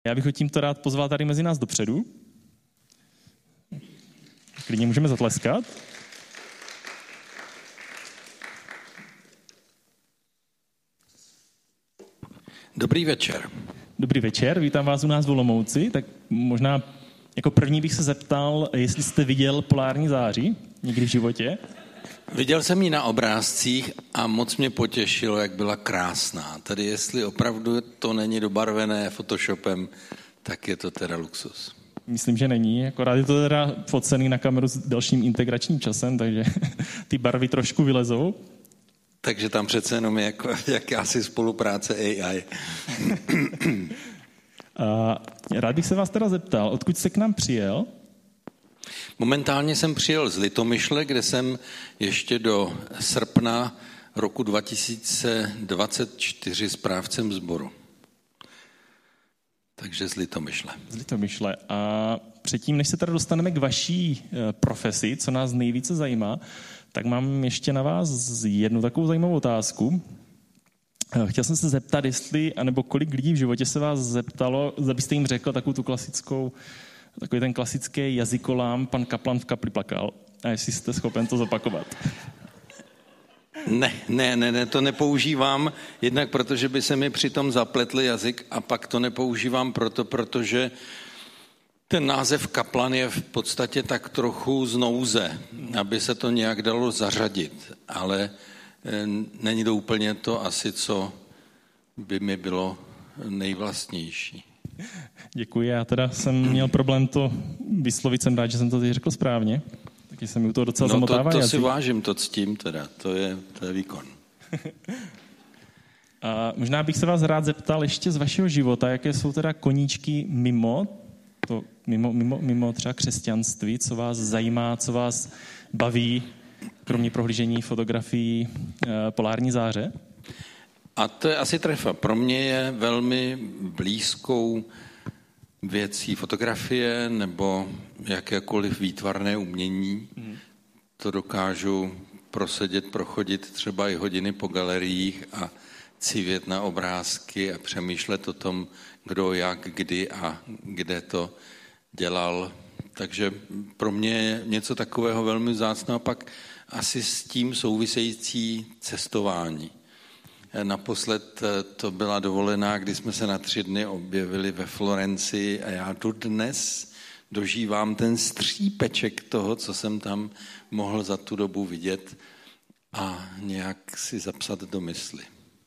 Já bych ho tímto rád pozval tady mezi nás dopředu. Klidně můžeme zatleskat. Dobrý večer. Dobrý večer, vítám vás u nás v Olomouci. Tak možná jako první bych se zeptal, jestli jste viděl polární záři někdy v životě. Viděl jsem ji na obrázcích a moc mě potěšilo, jak byla krásná. Tedy jestli opravdu to není dobarvené Photoshopem, tak je to teda luxus. Myslím, že není, akorát je to teda focený na kameru s delším integračním časem, takže ty barvy trošku vylezou. Takže tam přece jenom je jako jakási spolupráce AI. Rád bych se vás teda zeptal, odkud jste k nám přijel? Momentálně jsem přijel z Litomyšle, kde jsem ještě do srpna roku 2024 správcem sboru. Takže z Litomyšle. Z Litomyšle. A předtím, než se teda dostaneme k vaší profesi, co nás nejvíce zajímá, tak mám ještě na vás jednu takovou zajímavou otázku. Chtěl jsem se zeptat, jestli, anebo kolik lidí v životě se vás zeptalo, zda byste jim řekl takovou tu klasickou, takový ten klasický jazykolám, pan kaplan v kapli plakal. A jestli jste schopen to zopakovat. Ne, to nepoužívám, jednak protože by se mi přitom zapletl jazyk a pak to nepoužívám protože ten název kaplan je v podstatě tak trochu z nouze, aby se to nějak dalo zařadit, ale není to úplně to asi, co by mi bylo nejvlastnější. Děkuji, já teda jsem měl problém to vyslovit, jsem rád, že jsem to teď řekl správně. Taky se mi u toho docela zamotává to si vážím, to ctím teda, to je výkon. A možná bych se vás rád zeptal ještě z vašeho života, jaké jsou teda koníčky mimo třeba křesťanství, co vás zajímá, co vás baví, kromě prohlížení fotografií polární záře? A to je asi trefa. Pro mě je velmi blízkou věcí fotografie nebo jakékoliv výtvarné umění. To dokážu prochodit třeba i hodiny po galeriích a civět na obrázky a přemýšlet o tom, kdo, jak, kdy a kde to dělal. Takže pro mě je něco takového velmi vzácného, pak asi s tím související cestování. Naposled to byla dovolená, kdy jsme se na 3 dny objevili ve Florencii a já dodnes dožívám ten střípeček toho, co jsem tam mohl za tu dobu vidět a nějak si zapsat do mysli.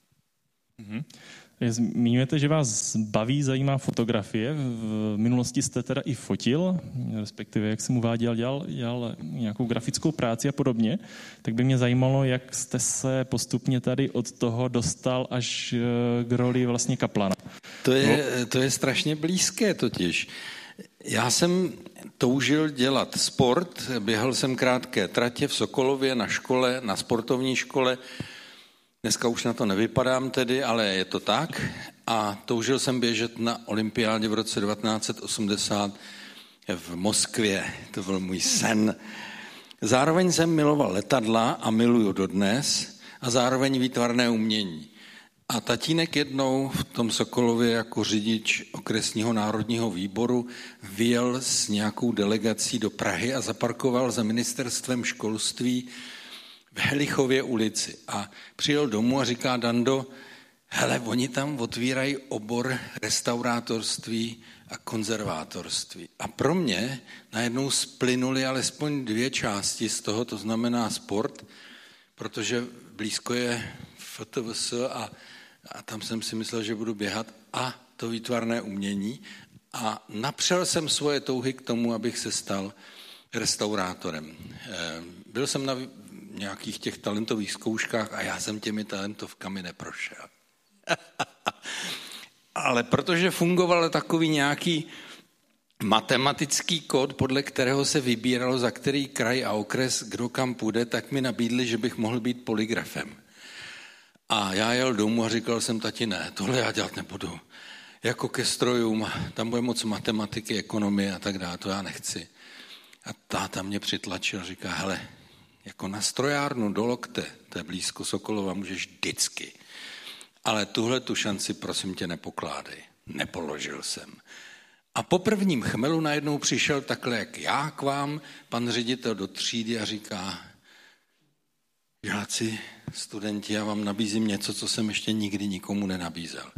Zmiňujete, že vás zajímá fotografie. V minulosti jste teda i fotil, respektive, jak jsem uváděl, dělal nějakou grafickou práci a podobně. Tak by mě zajímalo, jak jste se postupně tady od toho dostal až k roli vlastně kaplana. To je strašně blízké totiž. Já jsem toužil dělat sport, běhal jsem krátké tratě v Sokolově na škole, na sportovní škole. Dneska už na to nevypadám tedy, ale je to tak. A toužil jsem běžet na olympiádě v roce 1980 v Moskvě. To byl můj sen. Zároveň jsem miloval letadla a miluju dodnes a zároveň výtvarné umění. A tatínek jednou v tom Sokolově jako řidič okresního národního výboru vyjel s nějakou delegací do Prahy a zaparkoval za ministerstvem školství v Helichově ulici. A přijel domů a říká: Dando, hele, oni tam otvírají obor restaurátorství a konzervátorství. A pro mě najednou splynuly alespoň 2 části z toho, to znamená sport, protože blízko je FTVS a tam jsem si myslel, že budu běhat, a to výtvarné umění. A napřel jsem svoje touhy k tomu, abych se stal restaurátorem. Byl jsem na nějakých těch talentových zkouškách a já jsem těmi talentovkami neprošel. Ale protože fungoval takový nějaký matematický kód, podle kterého se vybíralo, za který kraj a okres kdo kam půjde, tak mi nabídli, že bych mohl být polygrafem. A já jel domů a říkal jsem: tati, ne, tohle já dělat nebudu. Jako ke strojům, tam bude moc matematiky, ekonomie a tak dále, to já nechci. A táta mě přitlačil, říká: hele, jako na strojárnu do Lokte, to je blízko Sokolova, můžeš vždycky. Ale tuhle tu šanci, prosím tě, nepokládej. Nepoložil jsem. A po prvním chmelu najednou přišel takhle, jak já k vám, pan ředitel do třídy a říká: žáci, studenti, já vám nabízím něco, co jsem ještě nikdy nikomu nenabízel.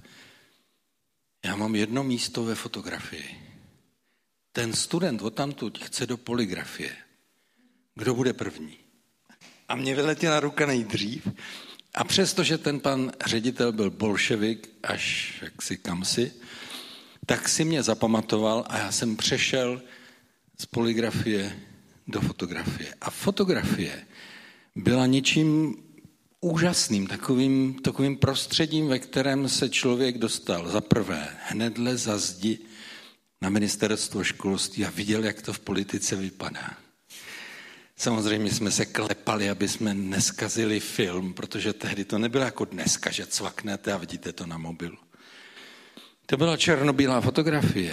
Já mám jedno místo ve fotografii. Ten student odtamtud chce do polygrafie. Kdo bude první? A mě vyletěla ruka nejdřív. A přestože ten pan ředitel byl bolševik až jaksi kamsi, tak si mě zapamatoval a já jsem přešel z polygrafie do fotografie. A fotografie byla něčím úžasným, takovým prostředím, ve kterém se člověk dostal za prvé hnedle za zdi na ministerstvo školství a viděl, jak to v politice vypadá. Samozřejmě jsme se klepali, aby jsme neskazili film, protože tehdy to nebylo jako dneska, že cvaknete a vidíte to na mobilu. To byla černobílá fotografie.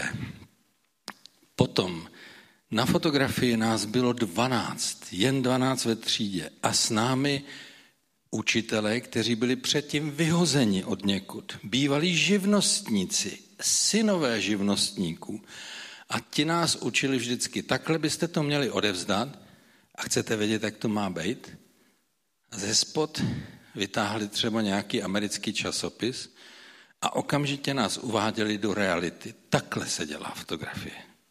Potom na fotografii nás bylo 12, jen 12 ve třídě a s námi učitelé, kteří byli předtím vyhozeni od někud. Bývalí živnostníci, synové živnostníků. A ti nás učili vždycky, takhle byste to měli odevzdat a chcete vědět, jak to má být. A ze spod vytáhli třeba nějaký americký časopis a okamžitě nás uváděli do reality. Takhle se dělá fotografie.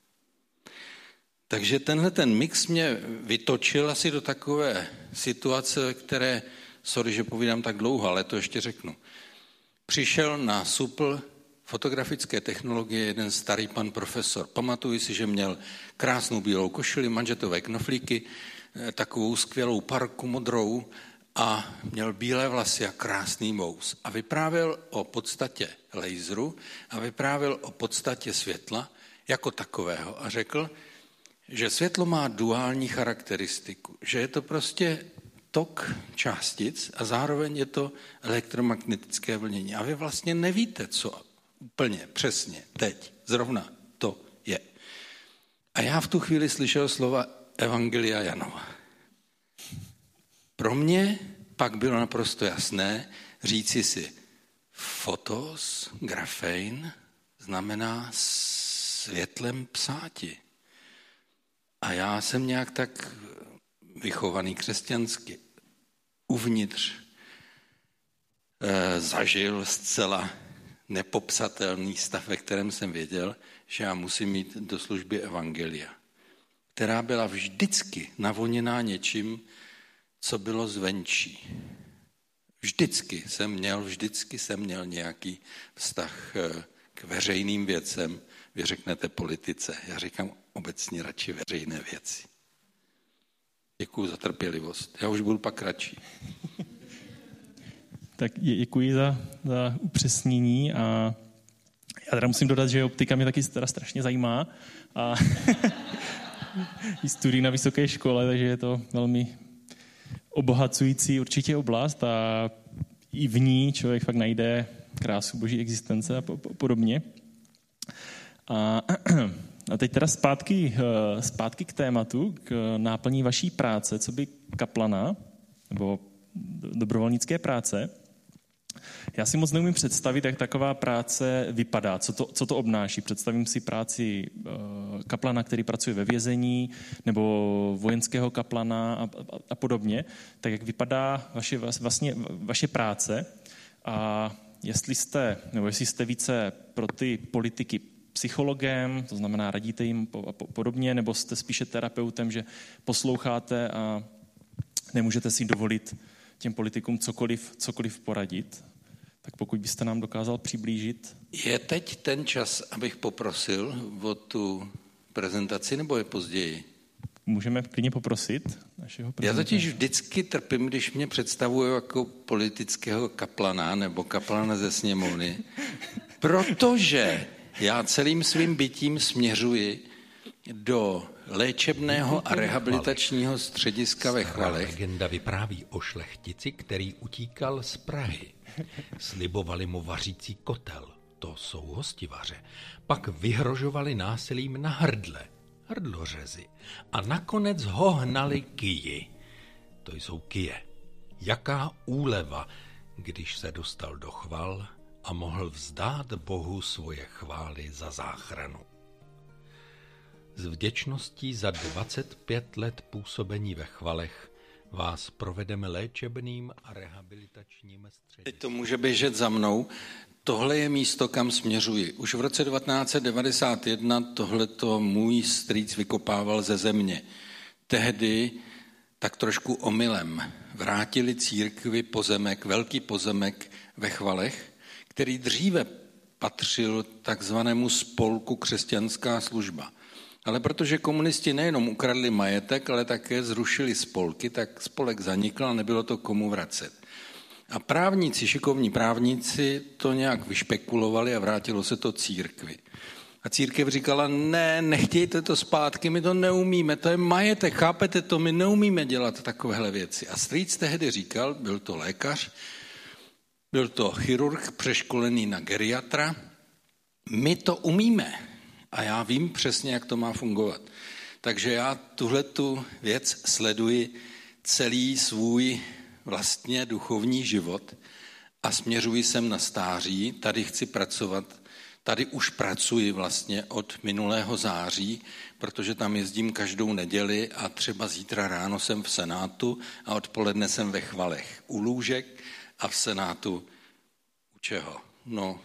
Takže tenhle ten mix mě vytočil asi do takové situace, které, sorry, že povídám tak dlouho, ale to ještě řeknu. Přišel na SUPL fotografické technologie jeden starý pan profesor. Pamatuju si, že měl krásnou bílou košili, manžetové knoflíky, takovou skvělou parku modrou a měl bílé vlasy a krásný mous. A vyprávěl o podstatě laseru a vyprávěl o podstatě světla jako takového. A řekl, že světlo má duální charakteristiku, že je to prostě tok částic a zároveň je to elektromagnetické vlnění. A vy vlastně nevíte, co úplně přesně teď zrovna to je. A já v tu chvíli slyšel slova Evangelia Janova. Pro mě pak bylo naprosto jasné říci si, fotos, grafein znamená světlem psáti. A já jsem nějak tak vychovaný křesťansky uvnitř zažil zcela nepopsatelný stav, ve kterém jsem věděl, že já musím mít do služby evangelia, která byla vždycky navoněná něčím, co bylo zvenčí. Vždycky jsem měl nějaký vztah k veřejným věcem. Vy řeknete politice, já říkám obecně radši veřejné věci. Děkuji za trpělivost. Já už budu pak kratší. Tak děkuji za upřesnění a já teda musím dodat, že optika mě taky teda strašně zajímá a studuji na vysoké škole, takže je to velmi obohacující určitě oblast a i v ní člověk fakt najde krásu boží existence a podobně. A teď teda zpátky k tématu, k náplní vaší práce, co by kaplana nebo dobrovolnické práce. Já si moc neumím představit, jak taková práce vypadá, co to obnáší. Představím si práci kaplana, který pracuje ve vězení, nebo vojenského kaplana a podobně. Tak jak vypadá vaše práce a jestli jste více pro ty politiky psychologem, to znamená radíte jim a podobně, nebo jste spíše terapeutem, že posloucháte a nemůžete si dovolit těm politikům cokoliv poradit. Tak pokud byste nám dokázal přiblížit. Je teď ten čas, abych poprosil o tu prezentaci, nebo je později? Můžeme klidně poprosit našeho prezidenta. Já totiž vždycky trpím, když mě představují jako politického kaplana nebo kaplana ze sněmovny, protože já celým svým bytím směřuji do léčebného a rehabilitačního střediska ve Chvalech. Legenda vypráví o šlechtici, který utíkal z Prahy. Slibovali mu vařící kotel, to jsou hostivaře. Pak vyhrožovali násilím na hrdlořezy. A nakonec ho hnali kyji. To jsou kyje. Jaká úleva, když se dostal do Chval a mohl vzdát Bohu svoje chvály za záchranu. S vděčností za 25 let působení ve Chvalech vás provedeme léčebným a rehabilitačním střediskem. Teď to může běžet za mnou. Tohle je místo, kam směřuji. Už v roce 1991 tohleto můj strýc vykopával ze země. Tehdy tak trošku omylem vrátili církvi pozemek, velký pozemek ve Chvalech, který dříve patřil takzvanému spolku Křesťanská služba. Ale protože komunisti nejenom ukradli majetek, ale také zrušili spolky, tak spolek zanikl a nebylo to komu vracet. A právníci, šikovní právníci to nějak vyšpekulovali a vrátilo se to církvi. A církev říkala, ne, nechtějte to zpátky, my to neumíme, to je majetek, chápete to, my neumíme dělat takovéhle věci. A strýc tehdy říkal, byl to lékař, byl to chirurg přeškolený na geriatra, my to umíme a já vím přesně, jak to má fungovat. Takže já tuhletu věc sleduji celý svůj vlastně duchovní život a směřuji sem na stáří, tady chci pracovat, tady už pracuji vlastně od minulého září, protože tam jezdím každou neděli a třeba zítra ráno jsem v Senátu a odpoledne jsem ve Chvalech u lůžek a v Senátu u čeho? No,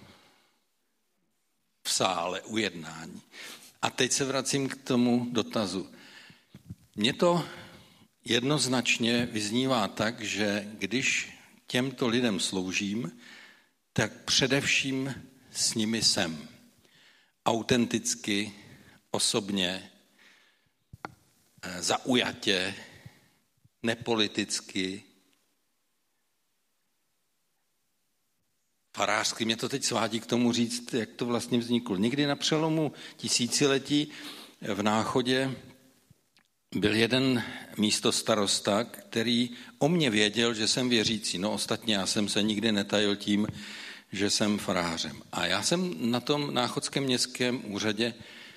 v sále u jednání. A teď se vracím k tomu dotazu. Mně to jednoznačně vyznívá tak, že když těmto lidem sloužím, tak především s nimi jsem. Autenticky, osobně, zaujatě, nepoliticky, farářsky. Mě to teď svádí k tomu říct, jak to vlastně vzniklo. Někdy na přelomu tisíciletí v Náchodě byl jeden místostarosta, který o mě věděl, že jsem věřící. No ostatně já jsem se nikdy netajil tím, že jsem farářem. A já jsem na tom náchodském městském úřadě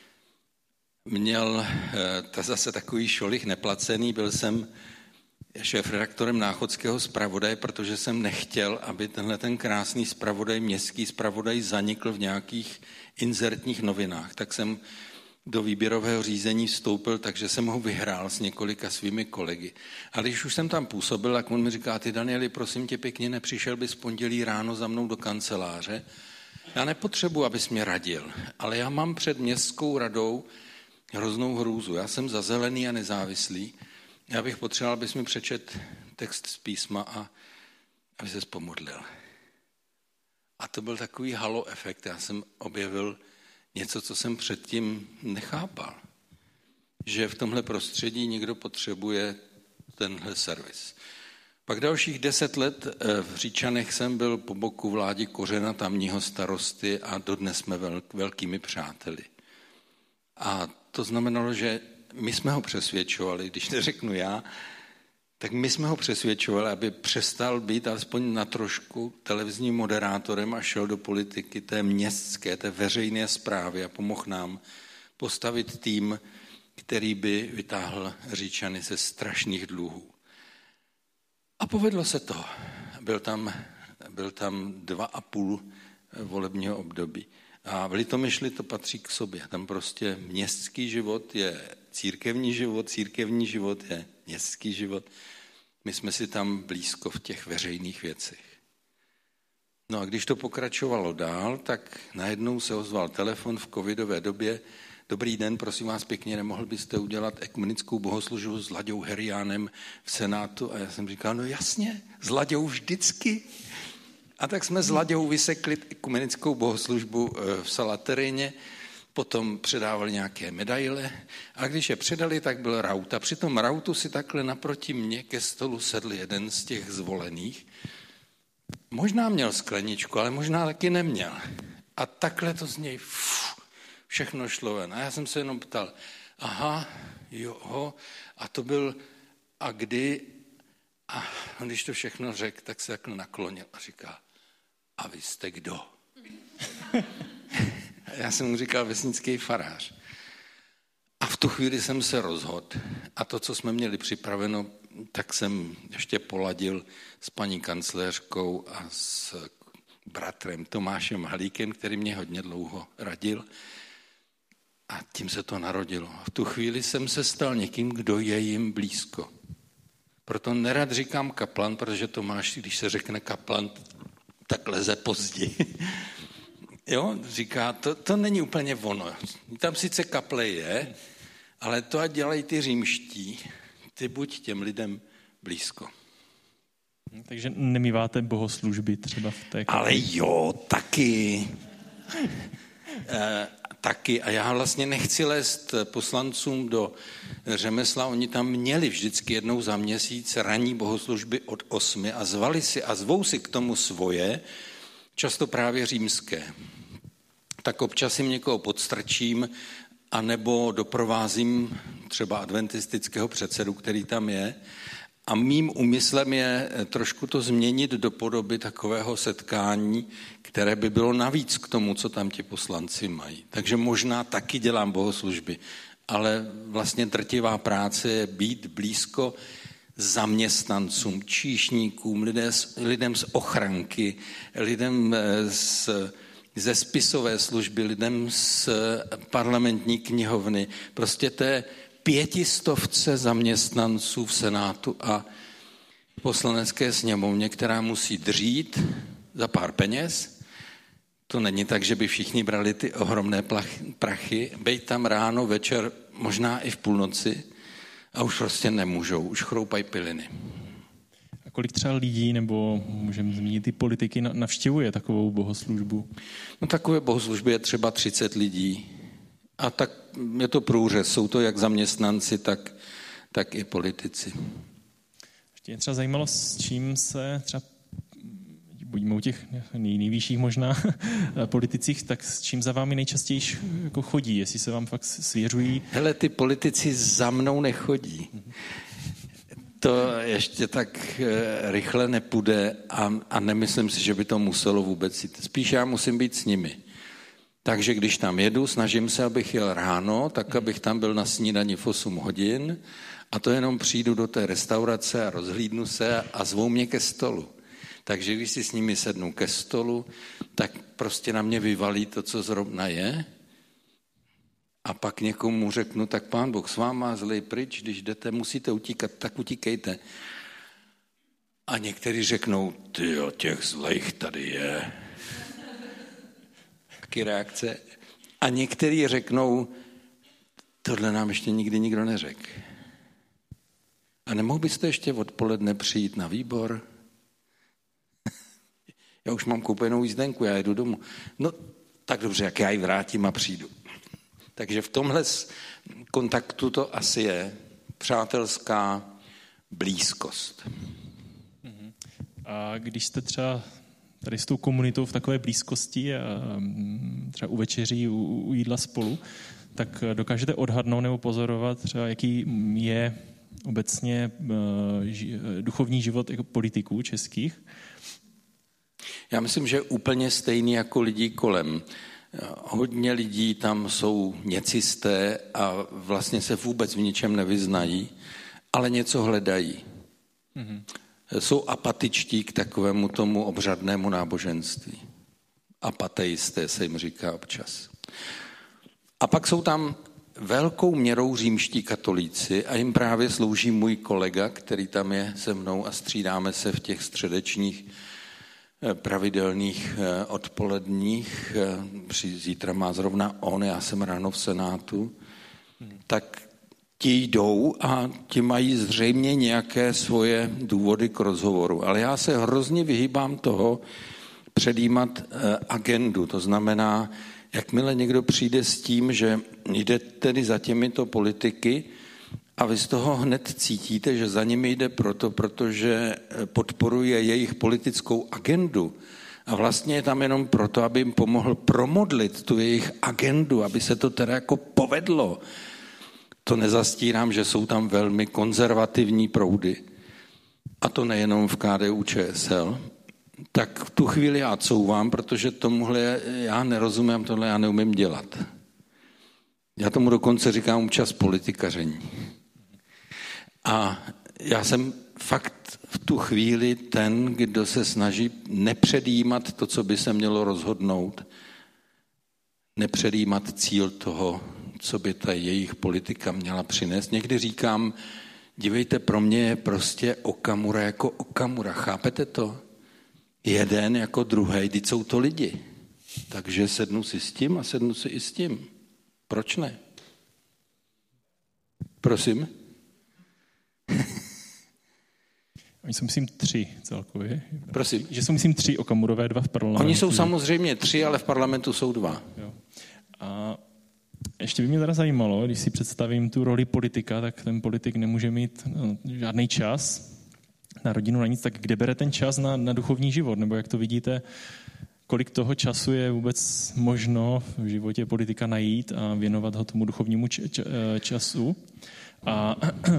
měl zase takový šolich neplacený, byl jsem šéfredaktorem Náchodského zpravodaje, protože jsem nechtěl, aby tenhle ten krásný zpravodaj, městský zpravodaj zanikl v nějakých inzertních novinách. Tak jsem do výběrového řízení vstoupil, takže jsem ho vyhrál s několika svými kolegy. A když už jsem tam působil, tak on mi říká, ty Danieli, prosím tě pěkně, nepřišel bys pondělí ráno za mnou do kanceláře. Já nepotřebuji, abys mě radil, ale já mám před městskou radou hroznou hrůzu. Já jsem zazelený a nezávislý. Já bych potřeboval, abys mi přečet text z písma a aby ses pomodlil. A to byl takový halo efekt. Já jsem objevil něco, co jsem předtím nechápal. Že v tomhle prostředí někdo potřebuje tenhle servis. Pak dalších 10 let v Říčanech jsem byl po boku Vládi Kořena, tamního starosty, a dodnes jsme velkými přáteli. A to znamenalo, že my jsme ho přesvědčovali, když neřeknu já, tak my jsme ho přesvědčovali, aby přestal být alespoň na trošku televizním moderátorem a šel do politiky té městské, té veřejné správy a pomohl nám postavit tým, který by vytáhl Říčany ze strašných dluhů. A povedlo se to. Byl tam 2,5 volebního období. A v Litomyšli to patří k sobě. Tam prostě městský život je církevní život je městský život. My jsme si tam blízko v těch veřejných věcech. No a když to pokračovalo dál, tak najednou se ozval telefon v covidové době. Dobrý den, prosím vás pěkně, nemohl byste udělat ekumenickou bohoslužbu s Laďou Heriánem v Senátu? A já jsem říkal, no jasně, s Laďou vždycky. A tak jsme s Laďou vysekli ekumenickou bohoslužbu v Salaterině, potom předávali nějaké medaile a když je předali, tak byl raut. A při tom rautu si takhle naproti mě ke stolu sedl jeden z těch zvolených. Možná měl skleničku, ale možná taky neměl. A takhle to z něj všechno šlo ven. A já jsem se jenom ptal, aha, jo, a to byl, a kdy? A když to všechno řekl, tak se takhle naklonil a říká, a vy jste kdo? Já jsem mu říkal vesnický farář. A v tu chvíli jsem se rozhodl. A to, co jsme měli připraveno, tak jsem ještě poladil s paní kancléřkou a s bratrem Tomášem Halíkem, který mě hodně dlouho radil. A tím se to narodilo. V tu chvíli jsem se stal někým, kdo je jim blízko. Proto nerad říkám kaplan, protože Tomáš, když se řekne kaplan, tak leze později. Jo, říká, to není úplně ono. Tam sice kaple je, ale to ať dělají ty římští, ty buď těm lidem blízko. Takže nemýváte bohoslužby třeba v té kapli? Ale jo, taky. Taky. A já vlastně nechci lézt poslancům do řemesla. Oni tam měli vždycky jednou za měsíc ranní bohoslužby od 8 a zvali si a zvou si k tomu svoje, často právě římské. Tak občas jim někoho podstrčím, anebo doprovázím třeba adventistického předsedu, který tam je. A mým úmyslem je trošku to změnit do podoby takového setkání, které by bylo navíc k tomu, co tam ti poslanci mají. Takže možná taky dělám bohoslužby, ale vlastně drtivá práce je být blízko zaměstnancům, číšníkům, lidem z ochranky, lidem ze spisové služby, lidem z parlamentní knihovny. Prostě té 500 zaměstnanců v Senátu a poslanecké sněmovně, která musí dřít za pár peněz. To není tak, že by všichni brali ty ohromné prachy, bejt tam ráno, večer, možná i v půlnoci a už prostě nemůžou, už chroupají piliny. A kolik třeba lidí, nebo můžeme zmínit i politiky, navštěvuje takovou bohoslužbu? No takové bohoslužby je třeba 30 lidí. A tak je to průřez, jsou to jak zaměstnanci, tak i politici. Ještě mě třeba zajímalo, s čím se třeba, buďme u těch nejvyšších možná politicích, tak s čím za vámi nejčastěji jako chodí, jestli se vám fakt svěřují? Hele, ty politici za mnou nechodí. To ještě tak rychle nepůjde a nemyslím si, že by to muselo vůbec jít. Spíš já musím být s nimi. Takže když tam jedu, snažím se, abych jel ráno, tak abych tam byl na snídani v 8 hodin a to jenom přijdu do té restaurace a rozhlídnu se a zvou mě ke stolu. Takže když si s nimi sednu ke stolu, tak prostě na mě vyvalí to, co zrovna je a pak někomu řeknu, tak Pán Bůh s váma, zlej pryč, když jdete, musíte utíkat, tak utíkejte. A někteří řeknou, tyjo, těch zlejch tady je. Reakce. A někteří řeknou, tohle nám ještě nikdy nikdo neřekl. A nemohl byste ještě odpoledne přijít na výbor? Já už mám koupenou jízdenku, já jedu domů. No, tak dobře, jak já ji vrátím a přijdu. Takže v tomhle kontaktu to asi je přátelská blízkost. A když jste třeba tady s tou komunitou v takové blízkosti a třeba u večeří, u jídla spolu, tak dokážete odhadnout nebo pozorovat třeba, jaký je obecně duchovní život jako politiků českých? Já myslím, že úplně stejný jako lidí kolem. Hodně lidí tam jsou něcisté a vlastně se vůbec v ničem nevyznají, ale něco hledají. Mm-hmm. Jsou apatičtí k takovému tomu obřadnému náboženství. Apateisté se jim říká občas. A pak jsou tam velkou měrou římští katolíci a jim právě slouží můj kolega, který tam je se mnou a střídáme se v těch středečních pravidelných odpoledních. Zítra má zrovna on, já jsem ráno v Senátu. Tak ti jdou a ti mají zřejmě nějaké svoje důvody k rozhovoru. Ale já se hrozně vyhýbám toho předjímat agendu. To znamená, jakmile někdo přijde s tím, že jde tedy za těmito politiky a vy z toho hned cítíte, že za nimi jde protože podporuje jejich politickou agendu a vlastně je tam jenom proto, aby jim pomohl promodlit tu jejich agendu, aby se to teda jako povedlo. To nezastírám, že jsou tam velmi konzervativní proudy. A to nejenom v KDU-ČSL. Tak v tu chvíli já couvám, protože tomuhle já nerozumím, tohle já neumím dělat. Já tomu dokonce říkám občas politikaření. A já jsem fakt v tu chvíli ten, kdo se snaží nepředjímat to, co by se mělo rozhodnout, nepředjímat cíl toho, co by ta jejich politika měla přinést. Někdy říkám, dívejte, pro mě je prostě Okamura jako Okamura. Chápete to? Jeden jako druhej, teď jsou to lidi. Takže sednu si s tím a sednu si i s tím. Proč ne? Prosím? Oni jsou, myslím, 3 celkově. Prosím? Že jsou, myslím, 3 Okamurové, 2 v parlamentu. Oni jsou samozřejmě 3, ale v parlamentu jsou 2. Jo. A ještě by mě teda zajímalo, když si představím tu roli politika, tak ten politik nemůže mít žádný čas na rodinu, na nic, tak kde bere ten čas na duchovní život? Nebo jak to vidíte, kolik toho času je vůbec možno v životě politika najít a věnovat ho tomu duchovnímu času? A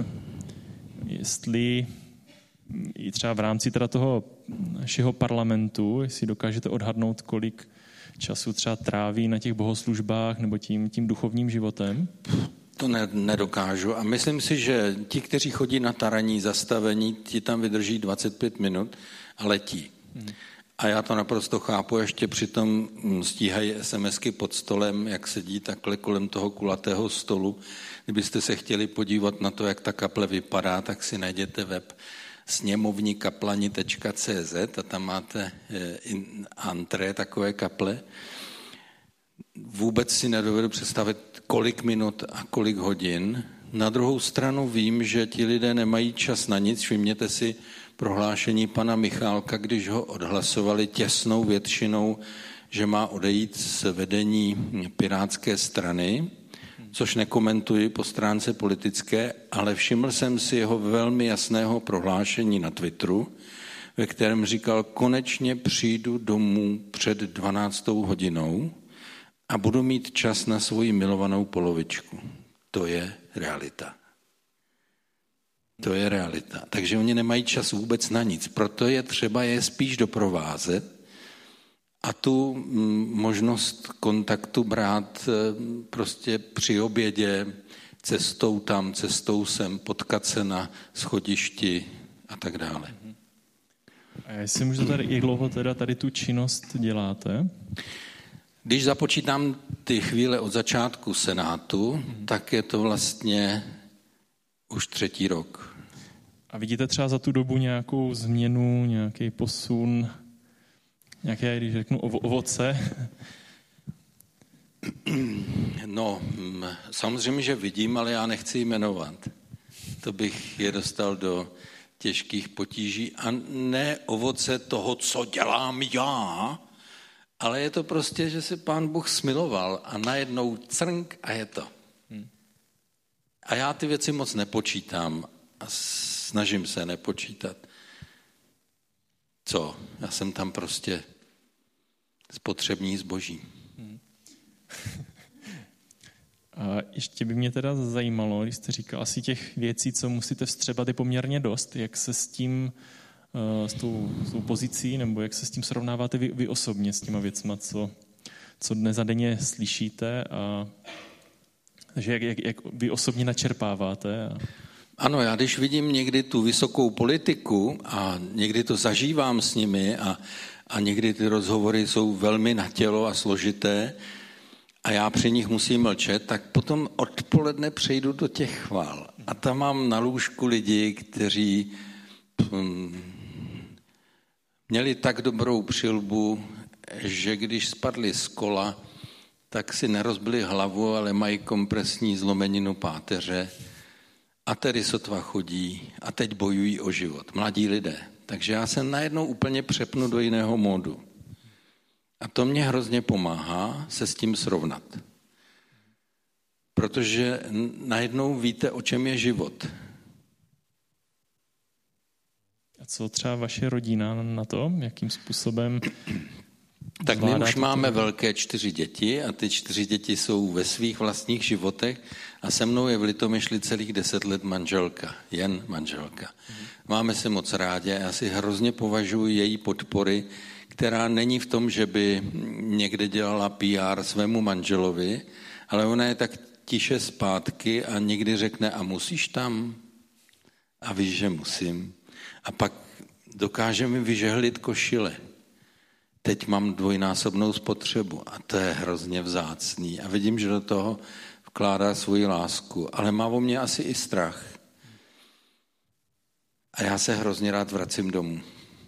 jestli i třeba v rámci teda toho našeho parlamentu, jestli dokážete odhadnout, kolik času třeba tráví na těch bohoslužbách nebo tím důchovním životem? To nedokážu a myslím si, že ti, kteří chodí na taranní zastavení, ti tam vydrží 25 minut a letí. A já to naprosto chápu, ještě přitom stíhají SMSky pod stolem, jak sedí takhle kolem toho kulatého stolu. Kdybyste se chtěli podívat na to, jak ta kaple vypadá, tak si najděte web sněmovnikaplani.cz a tam máte antré takové kaple. Vůbec si nedovedu představit, kolik minut a kolik hodin. Na druhou stranu vím, že ti lidé nemají čas na nic. Všimněte si prohlášení pana Michálka, když ho odhlasovali těsnou většinou, že má odejít z vedení Pirátské strany, což nekomentuji po stránce politické, ale všiml jsem si jeho velmi jasného prohlášení na Twitteru, ve kterém říkal, konečně přijdu domů před 12. hodinou a budu mít čas na svoji milovanou polovičku. To je realita. To je realita. Takže oni nemají čas vůbec na nic. Proto je třeba je spíš doprovázet a tu možnost kontaktu brát prostě při obědě, cestou tam, cestou sem, potkat se na schodišti a tak dále. A jestli můžete tady, jak dlouho teda tady tu činnost děláte? Když započítám ty chvíle od začátku Senátu, tak je to vlastně už 3. rok. A vidíte třeba za tu dobu nějakou změnu, nějaký posun, nějaké, když řeknu, ovoce? No, samozřejmě, že vidím, ale já nechci jmenovat. To bych je dostal do těžkých potíží. A ne ovoce toho, co dělám já, ale je to prostě, že se Pán Bůh smiloval a najednou crnk a je to. A já ty věci moc nepočítám a snažím se nepočítat. Co? Já jsem tam prostě spotřební zboží. A ještě by mě teda zajímalo, když jste říkal, asi těch věcí, co musíte vstřebat, je poměrně dost. Jak se s tím, s tou pozicí, nebo jak se s tím srovnáváte vy osobně s těma věcma, co dnes a denně slyšíte a takže jak vy osobně načerpáváte? Ano, já když vidím někdy tu vysokou politiku a někdy to zažívám s nimi a někdy ty rozhovory jsou velmi na tělo a složité a já při nich musím mlčet, tak potom odpoledne přejdu do těch chvál. A tam mám na lůžku lidi, kteří měli tak dobrou přilbu, že když spadli z kola, tak si nerozbili hlavu, ale mají kompresní zlomeninu páteře a tedy sotva chodí a teď bojují o život. Mladí lidé. Takže já se najednou úplně přepnu do jiného módu. A to mě hrozně pomáhá se s tím srovnat. Protože najednou víte, o čem je život. A co třeba vaše rodina na to? Jakým způsobem? Tak my už máme velké 4 děti a ty 4 děti jsou ve svých vlastních životech a se mnou je v Litomyšli celých 10 let manželka, jen manželka. Máme se moc rádi a já si hrozně považuji její podpory, která není v tom, že by někde dělala PR svému manželovi, ale ona je tak tiše zpátky a někdy řekne, a musíš tam? A víš, že musím. A pak dokáže mi vyžehlit košile. Teď mám dvojnásobnou spotřebu a to je hrozně vzácný. A vidím, že do toho vkládá svoji lásku, ale má o mě asi i strach. A já se hrozně rád vracím domů.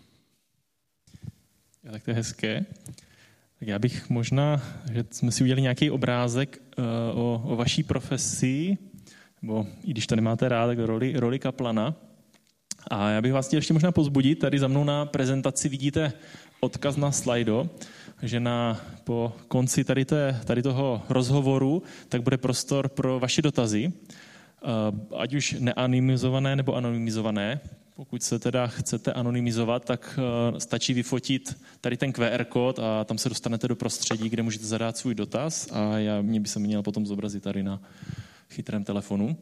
Tak to je hezké. Tak já bych možná, že jsme si udělali nějaký obrázek o vaší profesi, nebo i když to nemáte rád, tak roli kaplana. A já bych vás chtěl ještě možná pozbudit. Tady za mnou na prezentaci vidíte odkaz na slajdo, že po konci tady toho rozhovoru tak bude prostor pro vaše dotazy, ať už neanonymizované nebo anonymizované. Pokud se teda chcete anonymizovat, tak stačí vyfotit tady ten QR kód a tam se dostanete do prostředí, kde můžete zadat svůj dotaz a mě by se měl potom zobrazit tady na chytrém telefonu.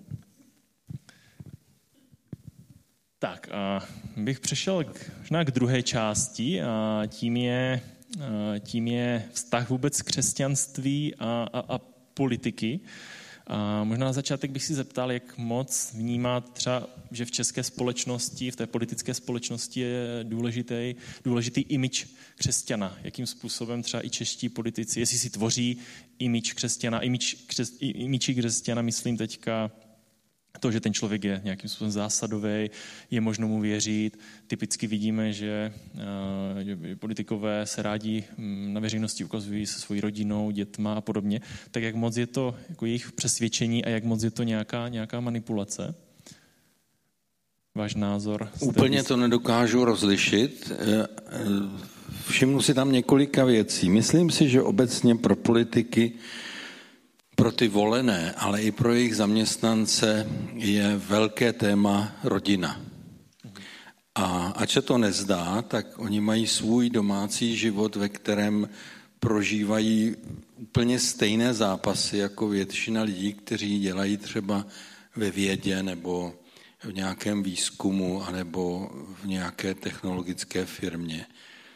Tak a bych přešel možná k druhé části a tím je vztah vůbec křesťanství a politiky. A možná na začátek bych si zeptal, jak moc vnímat třeba, že v české společnosti, v té politické společnosti je důležitý image křesťana. Jakým způsobem třeba i čeští politici, jestli si tvoří image křesťana, image křesťana, myslím teďka to, že ten člověk je nějakým způsobem zásadový, je možno mu věřit. Typicky vidíme, že politikové se rádi na veřejnosti ukazují se svojí rodinou, dětma a podobně. Tak jak moc je to jako jejich přesvědčení a jak moc je to nějaká manipulace? Váš názor? Úplně to nedokážu rozlišit. Všimnu si tam několika věcí. Myslím si, že obecně pro politiky, pro ty volené, ale i pro jejich zaměstnance je velké téma rodina. A ač se to nezdá, tak oni mají svůj domácí život, ve kterém prožívají úplně stejné zápasy jako většina lidí, kteří dělají třeba ve vědě nebo v nějakém výzkumu anebo v nějaké technologické firmě.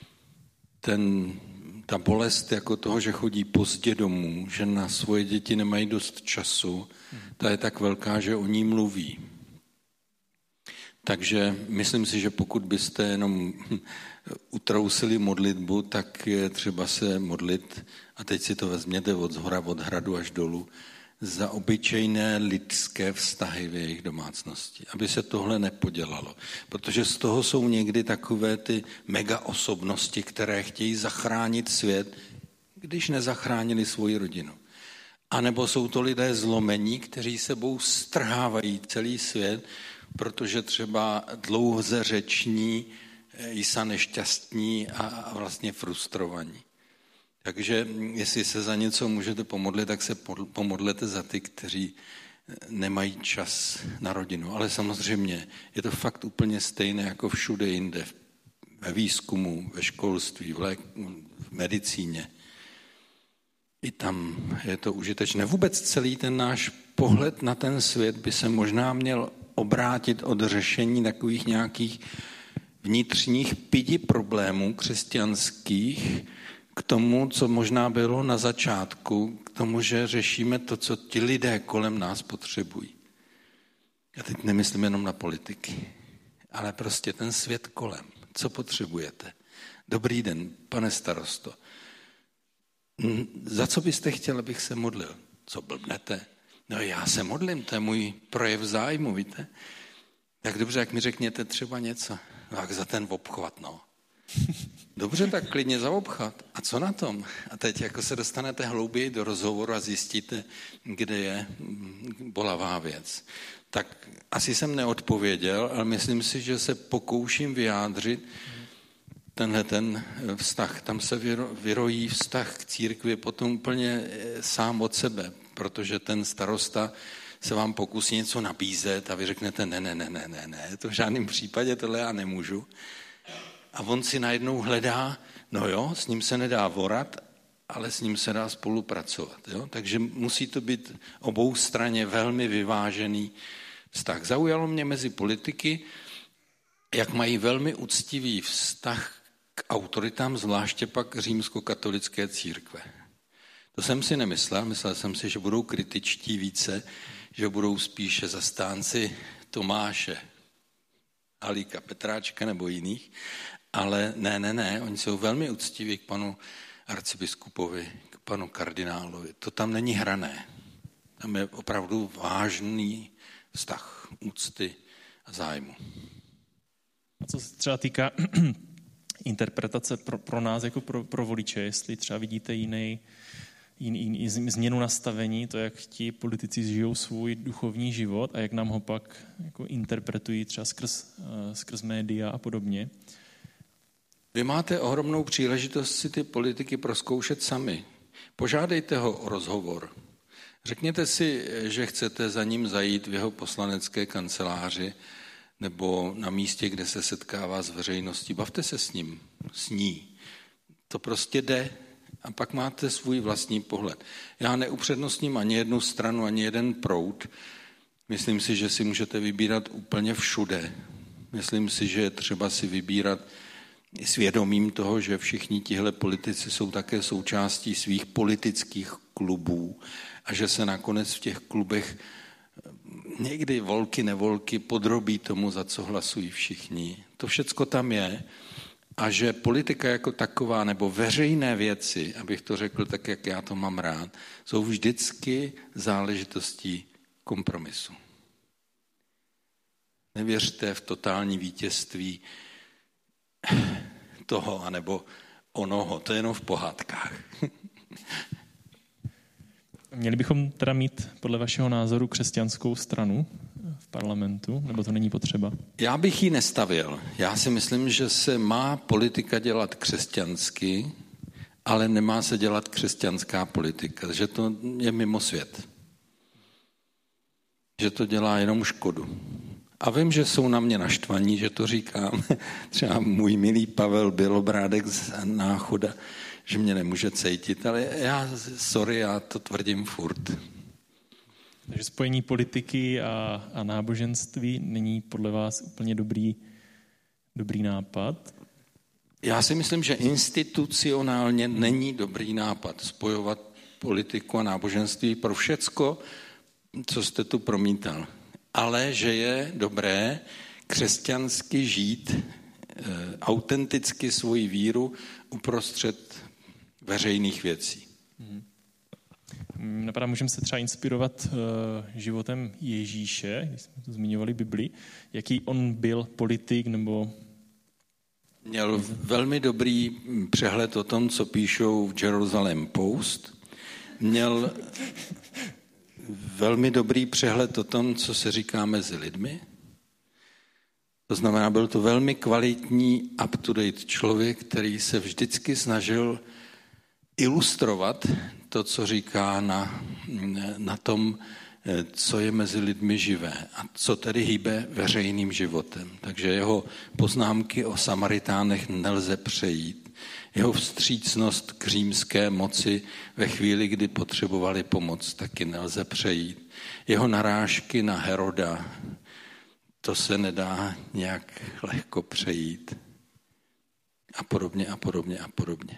Ta bolest jako toho, že chodí pozdě domů, že na svoje děti nemají dost času, ta je tak velká, že o ní mluví. Takže myslím si, že pokud byste jenom utrousili modlitbu, tak je třeba se modlit, a teď si to vezměte od zhora, od hradu až dolů, za obyčejné lidské vztahy v jejich domácnosti, aby se tohle nepodělalo. Protože z toho jsou někdy takové ty mega osobnosti, které chtějí zachránit svět, když nezachránili svoji rodinu. A nebo jsou to lidé zlomení, kteří sebou strhávají celý svět, protože třeba dlouze řeční, jsou nešťastní a vlastně frustrovaní. Takže jestli se za něco můžete pomodlit, tak se pomodlete za ty, kteří nemají čas na rodinu. Ale samozřejmě je to fakt úplně stejné jako všude jinde. Ve výzkumu, ve školství, v medicíně. I tam je to užitečné. Vůbec celý ten náš pohled na ten svět by se možná měl obrátit od řešení takových nějakých vnitřních pidi problémů křesťanských k tomu, co možná bylo na začátku, k tomu, že řešíme to, co ti lidé kolem nás potřebují. Já teď nemyslím jenom na politiky, ale prostě ten svět kolem. Co potřebujete? Dobrý den, pane starosto. Za co byste chtěl, abych se modlil? Co blbnete? No já se modlím, to je můj projev zájmu, víte? Tak dobře, jak mi řekněte třeba něco. No jak za ten obchvat, no. Dobře, tak klidně za obchvat. A co na tom? A teď jako se dostanete hlouběji do rozhovoru a zjistíte, kde je bolavá věc. Tak asi jsem neodpověděl, ale myslím si, že se pokouším vyjádřit tenhle ten vztah. Tam se vyrojí vztah k církvi potom úplně sám od sebe, protože ten starosta se vám pokusí něco nabízet a vy řeknete ne, to v žádném případě tohle já nemůžu. A on si najednou hledá, no jo, s ním se nedá vorat, ale s ním se dá spolupracovat. Jo? Takže musí to být oboustranně velmi vyvážený vztah. Zaujalo mě mezi politiky, jak mají velmi úctivý vztah k autoritám, zvláště pak římskokatolické církve. To jsem si nemyslel, myslel jsem si, že budou kritičtí více, že budou spíše zastánci Tomáše, Halíka Petráčka nebo jiných, ale ne, oni jsou velmi uctiví k panu arcibiskupovi, k panu kardinálovi. To tam není hrané. Tam je opravdu vážný vztah úcty a zájmu. A co se třeba týká interpretace pro nás jako pro voliče, jestli třeba vidíte jiný změnu nastavení, to, jak ti politici žijou svůj duchovní život a jak nám ho pak jako interpretují třeba skrz média a podobně. Vy máte ohromnou příležitost si ty politiky prozkoušet sami. Požádejte ho o rozhovor. Řekněte si, že chcete za ním zajít v jeho poslanecké kanceláři nebo na místě, kde se setkává s veřejností. Bavte se s ním, s ní. To prostě jde a pak máte svůj vlastní pohled. Já neupřednostním ani jednu stranu, ani jeden proud. Myslím si, že si můžete vybírat úplně všude. Myslím si, že je třeba si vybírat svědomím toho, že všichni tihle politici jsou také součástí svých politických klubů a že se nakonec v těch klubech někdy volky, nevolky podrobí tomu, za co hlasují všichni. To všecko tam je a že politika jako taková nebo veřejné věci, abych to řekl tak, jak já to mám rád, jsou vždycky záležitostí kompromisu. Nevěřte v totální vítězství toho anebo onoho, to je jenom v pohádkách. Měli bychom teda mít podle vašeho názoru křesťanskou stranu v parlamentu, nebo to není potřeba? Já bych ji nestavěl. Já si myslím, že se má politika dělat křesťansky, ale nemá se dělat křesťanská politika, že to je mimo svět. Že to dělá jenom škodu. A vím, že jsou na mě naštvaní, že to říkám. Třeba můj milý Pavel Bělobrádek z Náchoda, že mě nemůže cejtit, ale já to tvrdím furt. Takže spojení politiky a náboženství není podle vás úplně dobrý nápad? Já si myslím, že institucionálně není dobrý nápad spojovat politiku a náboženství pro všecko, co jste tu promítal. Ale že je dobré křesťansky žít autenticky svoji víru uprostřed veřejných věcí. Napadá, můžeme se třeba inspirovat životem Ježíše, když jsme tu zmiňovali Bibli. Jaký on byl politik nebo... Měl velmi dobrý přehled o tom, co píšou v Jerusalem Post. Měl velmi dobrý přehled o tom, co se říká mezi lidmi. To znamená, byl to velmi kvalitní up-to-date člověk, který se vždycky snažil ilustrovat to, co říká na tom, co je mezi lidmi živé a co tedy hýbe veřejným životem. Takže jeho poznámky o Samaritánech nelze přejít. Jeho vstřícnost k římské moci ve chvíli, kdy potřebovali pomoc, taky nelze přejít. Jeho narážky na Heroda, to se nedá nějak lehko přejít. A podobně, a podobně, a podobně.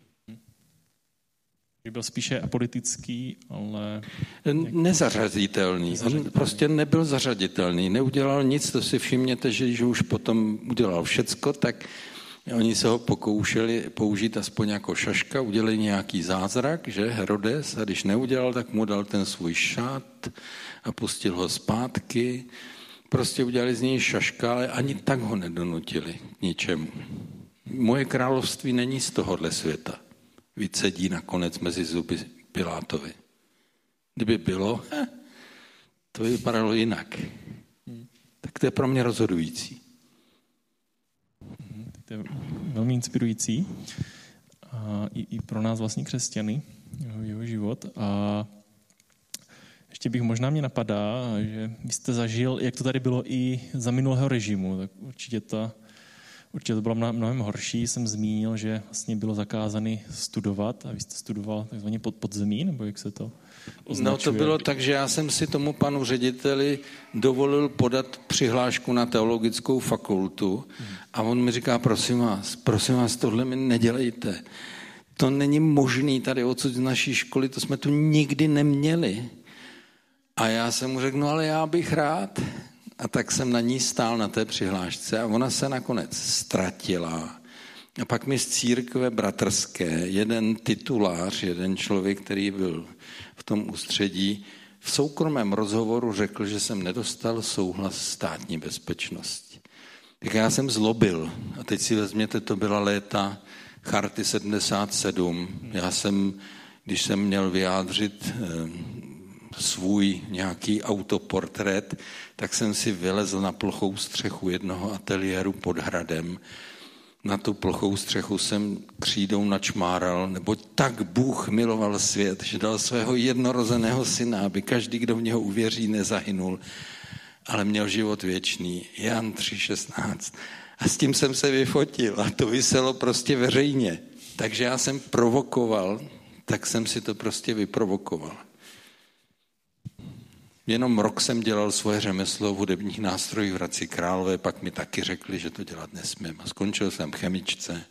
Byl spíše apolitický, ale... Nezařaditelný. On prostě nebyl zařaditelný. Neudělal nic, to si všimněte, že když už potom udělal všecko, tak oni se ho pokoušeli použít aspoň jako šaška, udělali nějaký zázrak, že Herodes, a když neudělal, tak mu dal ten svůj šat a pustil ho zpátky. Prostě udělali z něj šaška, ale ani tak ho nedonutili k ničemu. Moje království není z tohohle světa. Vycedí nakonec mezi zuby Pilátovi. Kdyby bylo, to by vypadalo jinak. Tak to je pro mě rozhodující. To je velmi inspirující. A i pro nás vlastně křesťany, jeho život. A ještě mě napadá, že vy jste zažil, jak to tady bylo i za minulého režimu, tak určitě to bylo mnohem horší. Jsem zmínil, že vlastně bylo zakázané studovat a vy jste studoval takzvaně pod zemí, nebo jak se to označuje? No to bylo tak, že já jsem si tomu panu řediteli dovolil podat přihlášku na teologickou fakultu a on mi říká, prosím vás, tohle mi nedělejte. To není možný tady odsud z naší školy, to jsme tu nikdy neměli. A já jsem mu řekl, no ale já bych rád. A tak jsem na ní stál na té přihlášce a ona se nakonec ztratila. A pak mi z církve bratrské jeden titulář, jeden člověk, který byl v tom ústředí, v soukromém rozhovoru řekl, že jsem nedostal souhlas státní bezpečnosti. Tak já jsem zlobil. A teď si vezměte, to byla léta Charty 77. Já jsem, když jsem měl vyjádřit svůj nějaký autoportrét, tak jsem si vylezl na plochou střechu jednoho ateliéru pod hradem. Na tu plochou střechu jsem křídou načmáral, neboť tak Bůh miloval svět, že dal svého jednorozeného syna, aby každý, kdo v něho uvěří, nezahynul, ale měl život věčný. Jan 3,16. A s tím jsem se vyfotil a to viselo prostě veřejně. Takže já jsem provokoval, tak jsem si to prostě vyprovokoval. Jenom rok jsem dělal svoje řemeslo v hudebních nástrojích v Hradci Králové, pak mi taky řekli, že to dělat nesmím. A skončil jsem v chemičce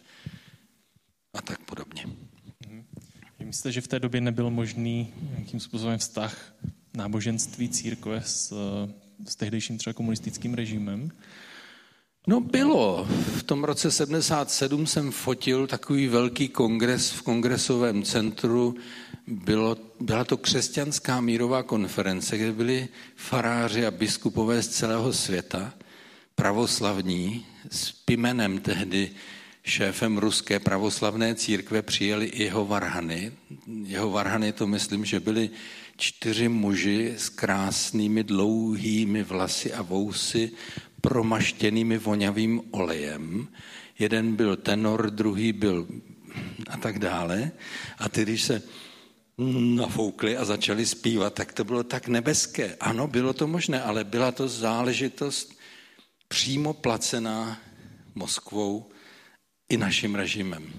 a tak podobně. Myslíte, že v té době nebyl možný nějakým způsobem vztah náboženství církve s tehdejším třeba komunistickým režimem? No bylo. V tom roce 77 jsem fotil takový velký kongres v kongresovém centru. Byla to křesťanská mírová konference, kde byli faráři a biskupové z celého světa, pravoslavní, s Pimenem, tehdy šéfem ruské pravoslavné církve, přijeli i jeho varhany. Jeho varhany, to myslím, že byli 4 muži s krásnými dlouhými vlasy a vousy, promaštěnými vonavým olejem. Jeden byl tenor, druhý byl a tak dále. A ty, když se nafoukli a začali zpívat, tak to bylo tak nebeské. Ano, bylo to možné, ale byla to záležitost přímo placená Moskvou i naším režimem.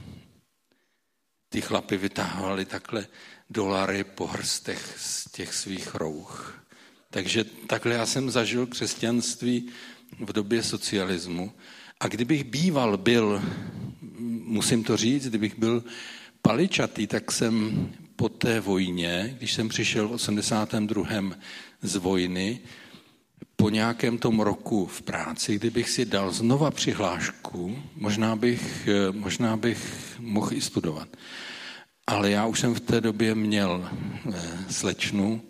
Ty chlapi vytahovali takhle dolary po hrstech z těch svých rouch. Takže takhle já jsem zažil křesťanství v době socialismu. A kdybych býval byl, musím to říct, kdybych byl paličatý, tak jsem po té vojně, když jsem přišel v 82. z vojny, po nějakém tom roku v práci, kdybych si dal znova přihlášku, možná bych mohl i studovat. Ale já už jsem v té době měl slečnu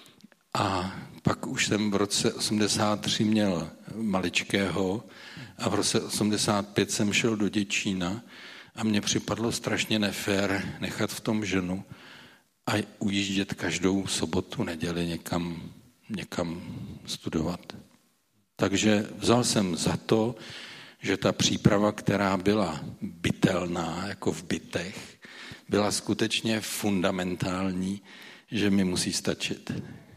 a pak už jsem v roce 83 měl maličkého a v roce 85 jsem šel do Děčína a mně připadlo strašně nefér nechat v tom ženu a ujíždět každou sobotu, neděli někam studovat. Takže vzal jsem za to, že ta příprava, která byla bytelná, jako v bytech, byla skutečně fundamentální, že mi musí stačit.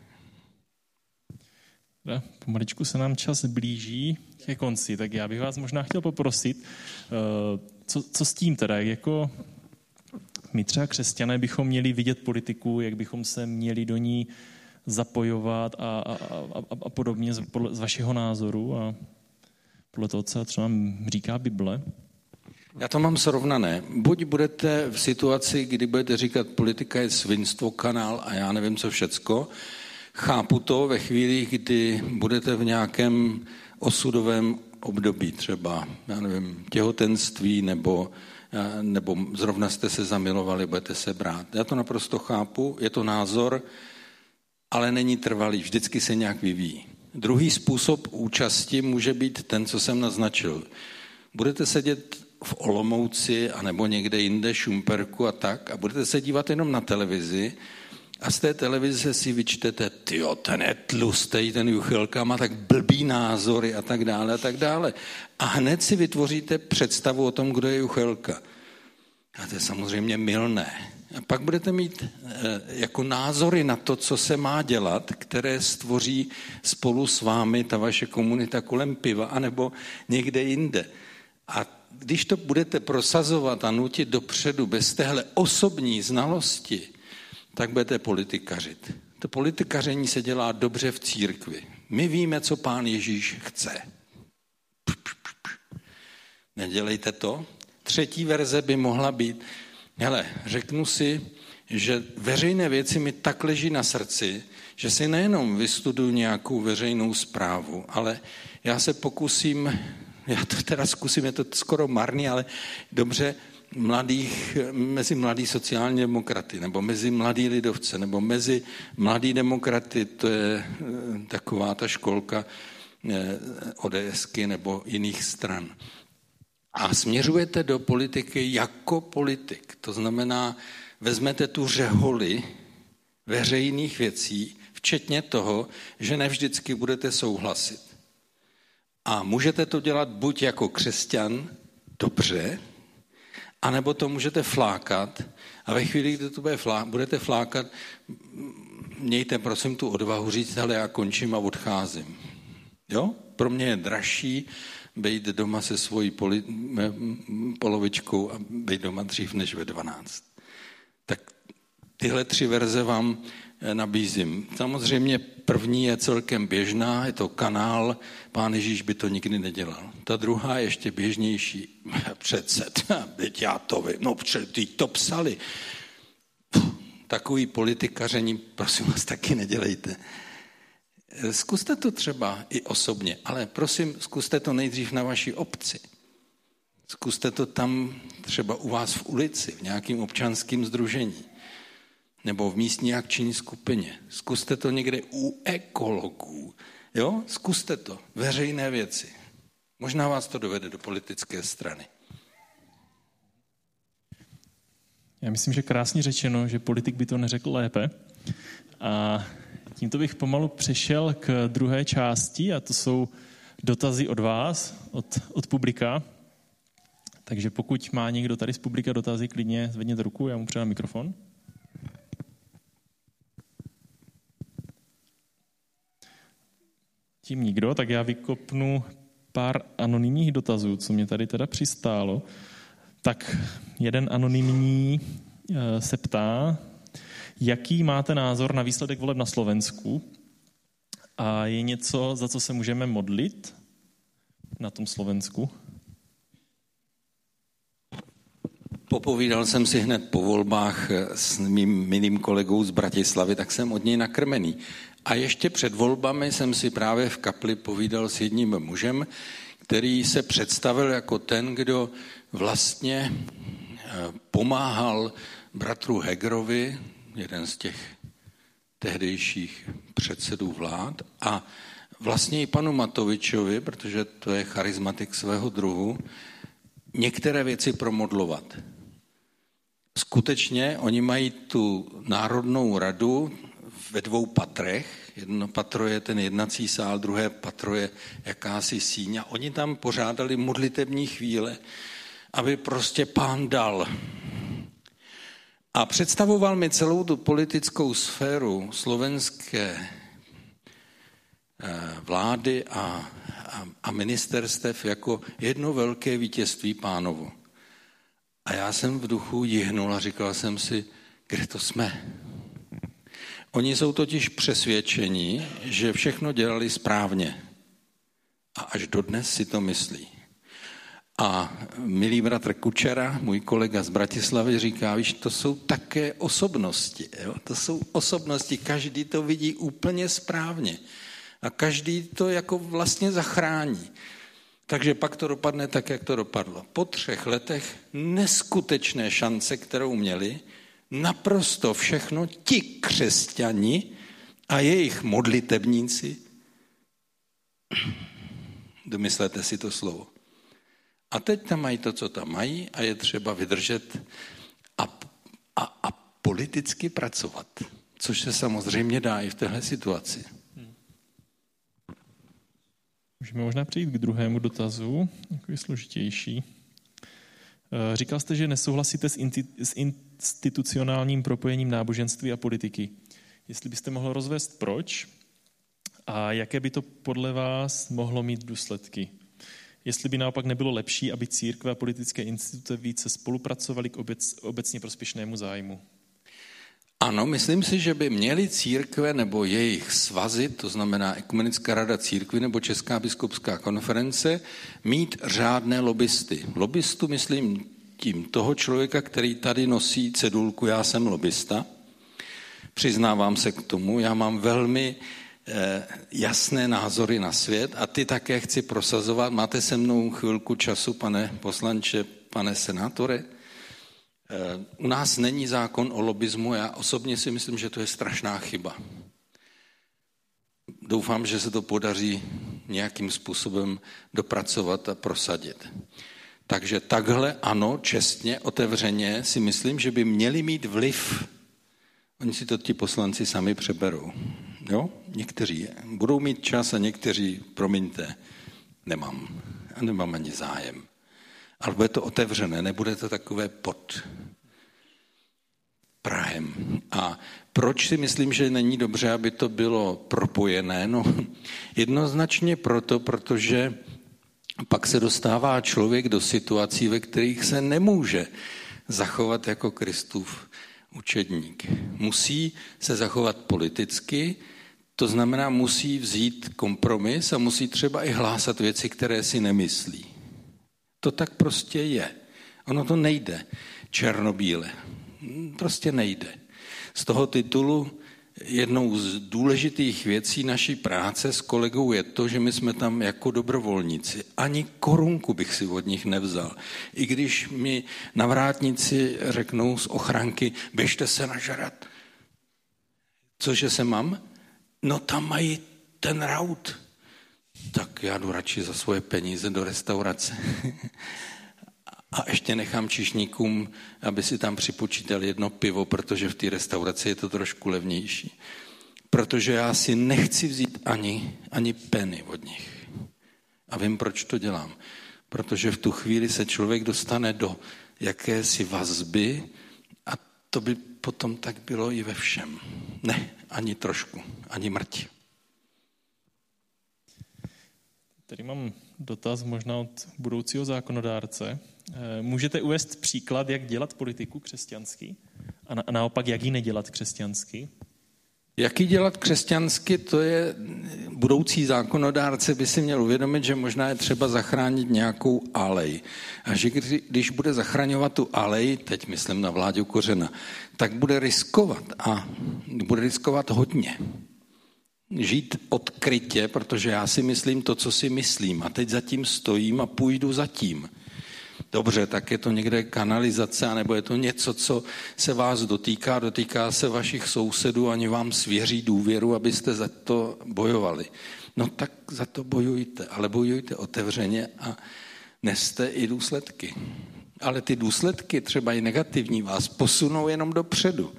Pomaličku se nám čas blíží ke konci, tak já bych vás možná chtěl poprosit, co s tím teda, jako my třeba křesťané bychom měli vidět politiku, jak bychom se měli do ní zapojovat a podobně z vašeho názoru a podle toho, co třeba říká Bible. Já to mám srovnané. Buď budete v situaci, kdy budete říkat, politika je svinstvo, kanál a já nevím co všecko. Chápu to ve chvíli, kdy budete v nějakém osudovém období, třeba, já nevím, těhotenství nebo zrovna jste se zamilovali, budete se brát. Já to naprosto chápu, je to názor, ale není trvalý, vždycky se nějak vyvíjí. Druhý způsob účasti může být ten, co jsem naznačil. Budete sedět v Olomouci anebo někde jinde, Šumperku a tak a budete se dívat jenom na televizi a z té televize si vyčtete, tyjo, ten je tlustej, ten Juchelka má tak blbý názory a tak dále a tak dále. A hned si vytvoříte představu o tom, kdo je Juchelka. A to je samozřejmě mylné. A pak budete mít jako názory na to, co se má dělat, které stvoří spolu s vámi ta vaše komunita kolem piva, anebo někde jinde. A když to budete prosazovat a nutit dopředu bez téhle osobní znalosti, tak budete politikařit. To politikaření se dělá dobře v církvi. My víme, co Pán Ježíš chce. Nedělejte to. Třetí verze by mohla být, hele, řeknu si, že veřejné věci mi tak leží na srdci, že si nejenom vystuduju nějakou veřejnou správu, ale já se pokusím, já to teda zkusím, je to skoro marný, ale dobře, mezi mladý sociální demokraty, nebo mezi mladý lidovce, nebo mezi mladý demokraty, to je taková ta školka ODSky nebo jiných stran. A směřujete do politiky jako politik. To znamená, vezmete tu řeholi veřejných věcí, včetně toho, že nevždycky budete souhlasit. A můžete to dělat buď jako křesťan, dobře, anebo to můžete flákat a ve chvíli, kdy to budete flákat, mějte prosím tu odvahu říct, ale já končím a odcházím. Jo? Pro mě je dražší být doma se svojí polovičkou a být doma dřív než ve 12. Tak tyhle 3 verze vám nabízím. Samozřejmě první je celkem běžná, je to kanál, Pán Ježíš by to nikdy nedělal. Ta druhá je ještě běžnější. Přece, teď já to vím, no teď to psali. Takový politikaření, prosím vás, taky nedělejte. Zkuste to třeba i osobně, ale prosím, zkuste to nejdřív na vaší obci. Zkuste to tam třeba u vás v ulici, v nějakém občanském sdružení nebo v místní akční skupině. Zkuste to někde u ekologů. Jo? Zkuste to. Veřejné věci. Možná vás to dovede do politické strany. Já myslím, že krásně řečeno, že politik by to neřekl lépe. A tímto bych pomalu přešel k druhé části a to jsou dotazy od vás, od publika. Takže pokud má někdo tady z publika dotazy, klidně zvedněte ruku, já mu předám mikrofon. Tím nikdo, tak já vykopnu pár anonymních dotazů, co mě tady teda přistálo. Tak jeden anonymní se ptá, jaký máte názor na výsledek voleb na Slovensku a je něco, za co se můžeme modlit na tom Slovensku? Popovídal jsem si hned po volbách s mým milým kolegou z Bratislavy, tak jsem od něj nakrmený. A ještě před volbami jsem si právě v kapli povídal s jedním mužem, který se představil jako ten, kdo vlastně pomáhal bratru Hegerovi, jeden z těch tehdejších předsedů vlád, a vlastně i panu Matovičovi, protože to je charismatik svého druhu, některé věci promodlovat. Skutečně oni mají tu Národnou radu ve 2 patrech. Jedno patro je ten jednací sál, druhé patro je jakási síň. A oni tam pořádali modlitební chvíle, aby prostě Pán dal. A představoval mi celou tu politickou sféru slovenské vlády a ministerstev jako jedno velké vítězství Pánovo. A já jsem v duchu jihnul a říkal jsem si, kde to jsme? Oni jsou totiž přesvědčeni, že všechno dělali správně. A až dodnes si to myslí. A milý bratr Kučera, můj kolega z Bratislavy, říká, víš, to jsou také osobnosti. Jo? To jsou osobnosti, každý to vidí úplně správně. A každý to jako vlastně zachrání. Takže pak to dopadne tak, jak to dopadlo. Po 3 letech neskutečné šance, kterou měli, naprosto všechno ti křesťani a jejich modlitebníci, domyslete si to slovo. A teď tam mají to, co tam mají a je třeba vydržet a politicky pracovat, což se samozřejmě dá i v téhle situaci. Můžeme možná přejít k druhému dotazu, takový složitější. Říkal jste, že nesouhlasíte s institucionálním propojením náboženství a politiky. Jestli byste mohl rozvést proč a jaké by to podle vás mohlo mít důsledky? Jestli by naopak nebylo lepší, aby církve a politické instituce více spolupracovaly k obecně prospěšnému zájmu? Ano, myslím si, že by měly církve nebo jejich svazy, to znamená Ekumenická rada církví nebo Česká biskupská konference, mít řádné lobbysty. Lobbystu myslím nutím toho člověka, který tady nosí cedulku, já jsem lobista, přiznávám se k tomu, já mám velmi jasné názory na svět a ty také chci prosazovat. Máte se mnou chvilku času, pane poslanče, pane senátore? U nás není zákon o lobismu, já osobně si myslím, že to je strašná chyba. Doufám, že se to podaří nějakým způsobem dopracovat a prosadit. Takže takhle ano, čestně, otevřeně si myslím, že by měli mít vliv. Oni si to ti poslanci sami přeberou. Jo? Někteří budou mít čas a někteří, promiňte, nemám ani zájem. Ale bude to otevřené, nebude to takové pod prahem. A proč si myslím, že není dobře, aby to bylo propojené? No, jednoznačně protože pak se dostává člověk do situací, ve kterých se nemůže zachovat jako Kristův učedník. Musí se zachovat politicky, to znamená, musí vzít kompromis a musí třeba i hlásat věci, které si nemyslí. To tak prostě je. Ono to nejde černobíle. Prostě nejde. Z toho titulu jednou z důležitých věcí naší práce s kolegou je to, že my jsme tam jako dobrovolníci. Ani korunku bych si od nich nevzal. I když mi navrátníci řeknou z ochranky, běžte se nažrat. Cože se mám? No tam mají ten raut. Tak já jdu radši za svoje peníze do restaurace. A ještě nechám číšníkům, aby si tam připočítali jedno pivo, protože v té restauraci je to trošku levnější. Protože já si nechci vzít ani penny od nich. A vím, proč to dělám. Protože v tu chvíli se člověk dostane do jakési vazby a to by potom tak bylo i ve všem. Ne, ani trošku, ani mrť. Tady mám dotaz možná od budoucího zákonodárce. Můžete uvést příklad, jak dělat politiku křesťansky a naopak, jak ji nedělat křesťansky? Jak ji dělat křesťansky, to je budoucí zákonodárce by si měl uvědomit, že možná je třeba zachránit nějakou alej. A že když bude zachraňovat tu alej, teď myslím na Vláďu Kořena, tak bude riskovat a bude riskovat hodně. Žít odkrytě, protože já si myslím to, co si myslím a teď zatím stojím a půjdu zatím. Dobře, tak je to někde kanalizace, anebo je to něco, co se vás dotýká se vašich sousedů, ani vám svěří důvěru, abyste za to bojovali. No tak za to bojujte, ale bojujte otevřeně a neste i důsledky. Ale ty důsledky, třeba i negativní, vás posunou jenom dopředu.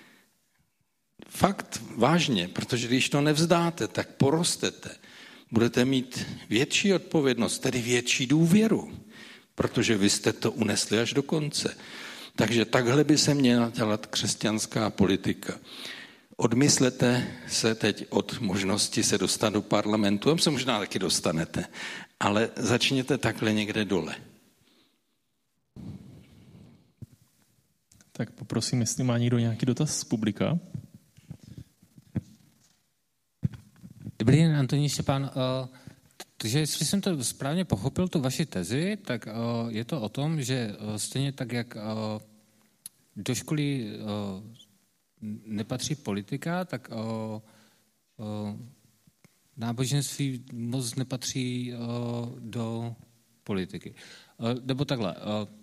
Fakt, vážně, protože když to nevzdáte, tak porostete. Budete mít větší odpovědnost, tedy větší důvěru, protože vy jste to unesli až do konce. Takže takhle by se měla dělat křesťanská politika. Odmyslete se teď od možnosti se dostat do parlamentu, tam se možná taky dostanete, ale začněte takhle někde dole. Tak poprosím, jestli má někdo nějaký dotaz z publika. Dobrý den, Antonín Štěpán. Takže jestli jsem to správně pochopil, tu vaši tezi, tak je to o tom, že stejně tak, jak do školy nepatří politika, tak náboženství moc nepatří do politiky. Nebo takhle.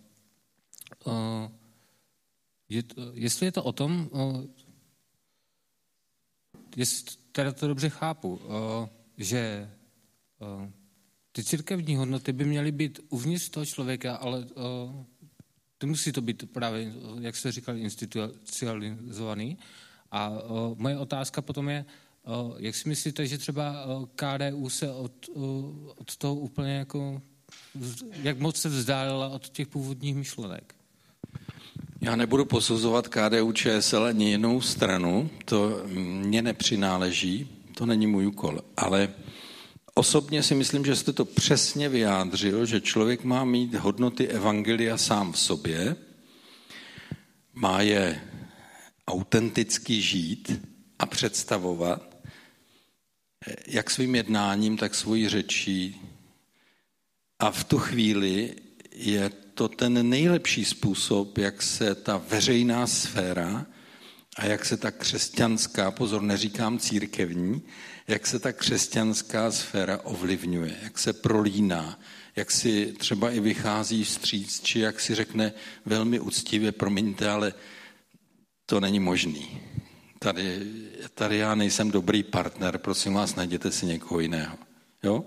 Jestli je to o tom, jestli teda to dobře chápu, že ty církevní hodnoty by měly být uvnitř toho člověka, ale musí to být právě, jak jste říkal, institucionalizovaný. A moje otázka potom je, jak si myslíte, že třeba KDU se od toho úplně jako, jak moc se vzdálila od těch původních myšlenek? Já nebudu posuzovat KDU ČSL ani jinou stranu, to mně nepřináleží, to není můj úkol, ale osobně si myslím, že jste to přesně vyjádřil, že člověk má mít hodnoty evangelia sám v sobě, má je autenticky žít a představovat, jak svým jednáním, tak svojí řečí. A v tu chvíli je to ten nejlepší způsob, jak se ta veřejná sféra a jak se ta křesťanská, pozor, neříkám církevní, jak se ta křesťanská sféra ovlivňuje, jak se prolíná, jak si třeba i vychází vstříc, či jak si řekne velmi úctivě, promiňte, ale to není možný. Tady já nejsem dobrý partner, prosím vás, najděte si někoho jiného. Jo?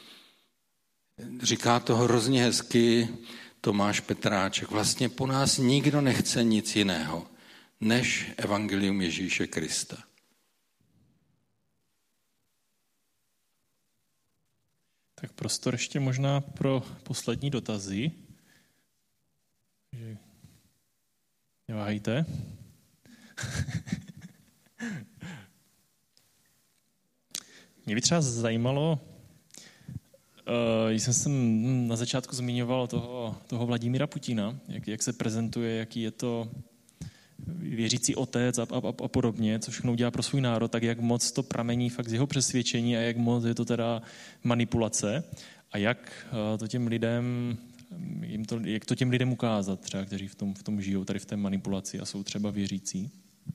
Říká to hrozně hezky Tomáš Petráček. Vlastně po nás nikdo nechce nic jiného, než evangelium Ježíše Krista. Tak prostor ještě možná pro poslední dotazy. Neváhejte. Mě by třeba zajímalo, jsem na začátku zmiňoval toho Vladimíra Putina, jak se prezentuje, jaký je to věřící otec a podobně, co všechno udělá pro svůj národ, tak jak moc to pramení fakt z jeho přesvědčení a jak moc je to teda manipulace a jak to těm lidem, jak to těm lidem ukázat třeba, kteří v tom žijou, tady v té manipulaci a jsou třeba věřící.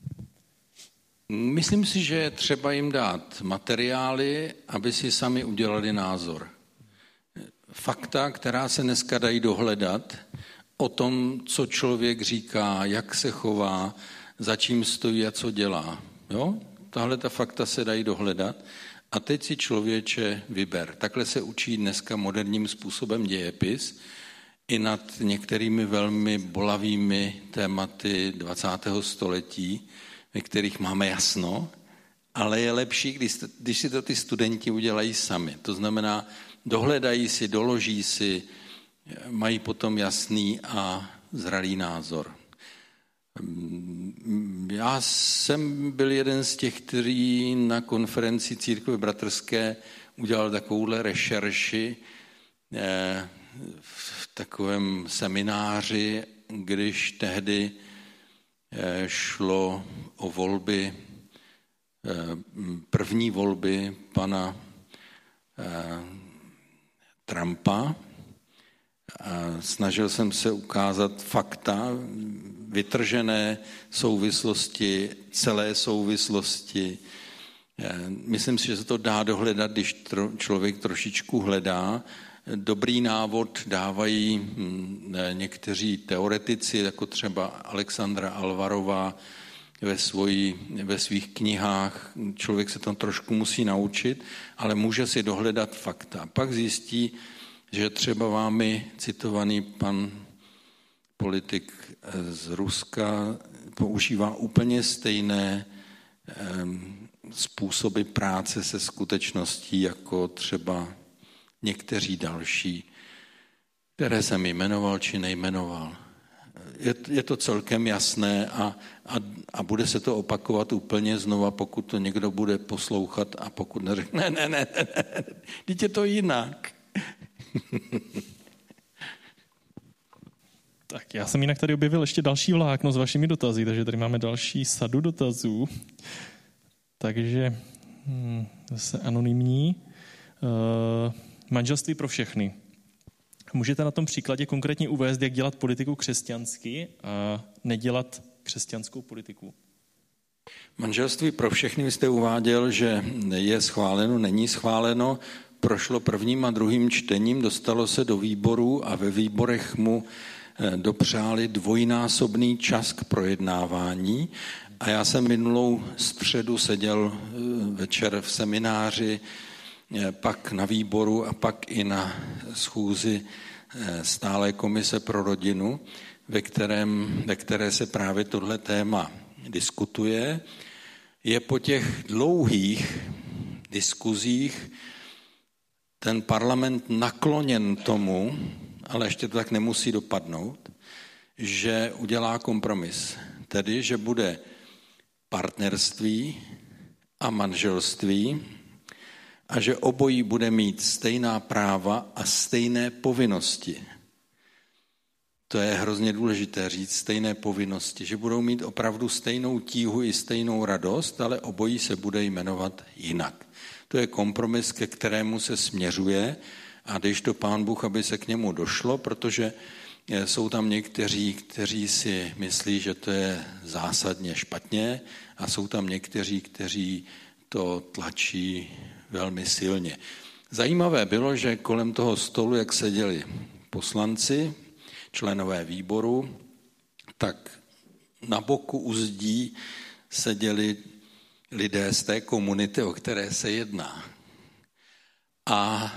Myslím si, že je třeba jim dát materiály, aby si sami udělali názor. Fakta, která se dneska dají dohledat, o tom, co člověk říká, jak se chová, za čím stojí a co dělá. Jo? Tahle ta fakta se dají dohledat a teď si člověče vyber. Takhle se učí dneska moderním způsobem dějepis i nad některými velmi bolavými tématy 20. století, ve kterých máme jasno, ale je lepší, když si to ty studenti udělají sami. To znamená, dohledají si, doloží si, mají potom jasný a zralý názor. Já jsem byl jeden z těch, který na konferenci Církve bratrské udělal takovouhle rešerši v takovém semináři, když tehdy šlo o volby, první volby pana Trumpa. Snažil jsem se ukázat fakta, vytržené souvislosti, celé souvislosti. Myslím si, že se to dá dohledat, když člověk trošičku hledá. Dobrý návod dávají někteří teoretici, jako třeba Alexandra Alvarová ve svých knihách. Člověk se to trošku musí naučit, ale může si dohledat fakta. Pak zjistí, že třeba vámi citovaný pan politik z Ruska používá úplně stejné způsoby práce se skutečností, jako třeba někteří další, které jsem jmenoval či nejmenoval. Je to celkem jasné a bude se to opakovat úplně znova, pokud to někdo bude poslouchat a pokud neřekne, ne, teď je to jinak. Tak já jsem jinak tady objevil ještě další vlákno s vašimi dotazy, takže tady máme další sadu dotazů. Takže zase anonymní. Manželství pro všechny. Můžete na tom příkladě konkrétně uvést, jak dělat politiku křesťansky a nedělat křesťanskou politiku? Manželství pro všechny, vy jste uváděl, že je schváleno, není schváleno, prošlo prvním a druhým čtením, dostalo se do výborů a ve výborech mu dopřáli dvojnásobný čas k projednávání. A já jsem minulou středu seděl večer v semináři, pak na výboru a pak i na schůzi stálé komise pro rodinu, ve které se právě tohle téma diskutuje. Je po těch dlouhých diskuzích ten parlament nakloněn tomu, ale ještě to tak nemusí dopadnout, že udělá kompromis. Tedy, že bude partnerství a manželství a že obojí bude mít stejná práva a stejné povinnosti. To je hrozně důležité říct, stejné povinnosti, že budou mít opravdu stejnou tíhu i stejnou radost, ale obojí se bude jmenovat jinak. To je kompromis, ke kterému se směřuje a když to Pán Bůh, aby se k němu došlo, protože Jsou tam někteří, kteří si myslí, že to je zásadně špatně a jsou tam někteří, kteří to tlačí velmi silně. Zajímavé bylo, že kolem toho stolu, jak seděli poslanci, členové výboru, tak na boku u zdí seděli lidé z té komunity, o které se jedná. A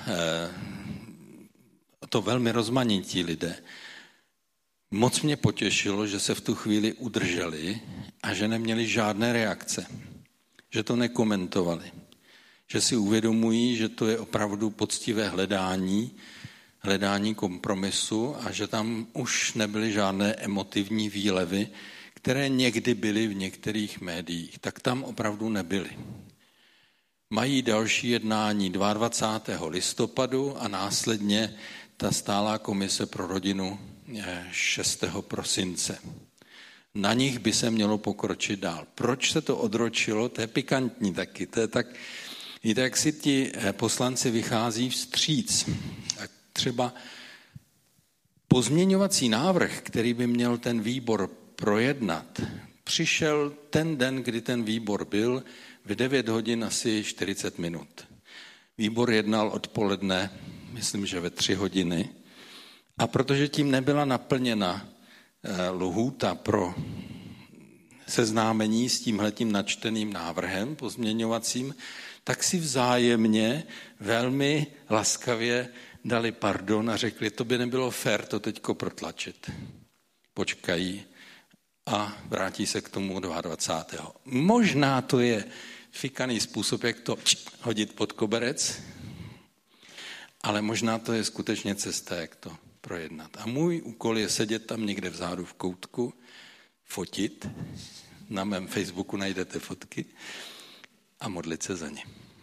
to velmi rozmanití lidé. Moc mě potěšilo, že se v tu chvíli udrželi a že neměli žádné reakce, že to nekomentovali, že si uvědomují, že to je opravdu poctivé hledání kompromisu a že tam už nebyly žádné emotivní výlevy, které někdy byly v některých médiích, tak tam opravdu nebyly. Mají další jednání 22. listopadu a následně ta stálá komise pro rodinu 6. prosince. Na nich by se mělo pokročit dál. Proč se to odročilo? To je pikantní taky. To je tak, víte, jak si ti poslanci vychází vstříc. Tak třeba pozměňovací návrh, který by měl ten výbor projednat, přišel ten den, kdy ten výbor byl, v 9 hodin asi 40 minut. Výbor jednal odpoledne, myslím, že ve 3 hodiny. A protože tím nebyla naplněna lhůta pro seznámení s tímhletím načteným návrhem pozměňovacím, tak si vzájemně velmi laskavě dali pardon a řekli, to by nebylo fér to teďko protlačit. Počkají a vrátí se k tomu 22. Možná to je fikaný způsob, jak to hodit pod koberec, ale možná to je skutečně cesta, jak to projednat. A můj úkol je sedět tam někde vzadu v koutku, fotit, na mém Facebooku najdete fotky a modlit se za ně.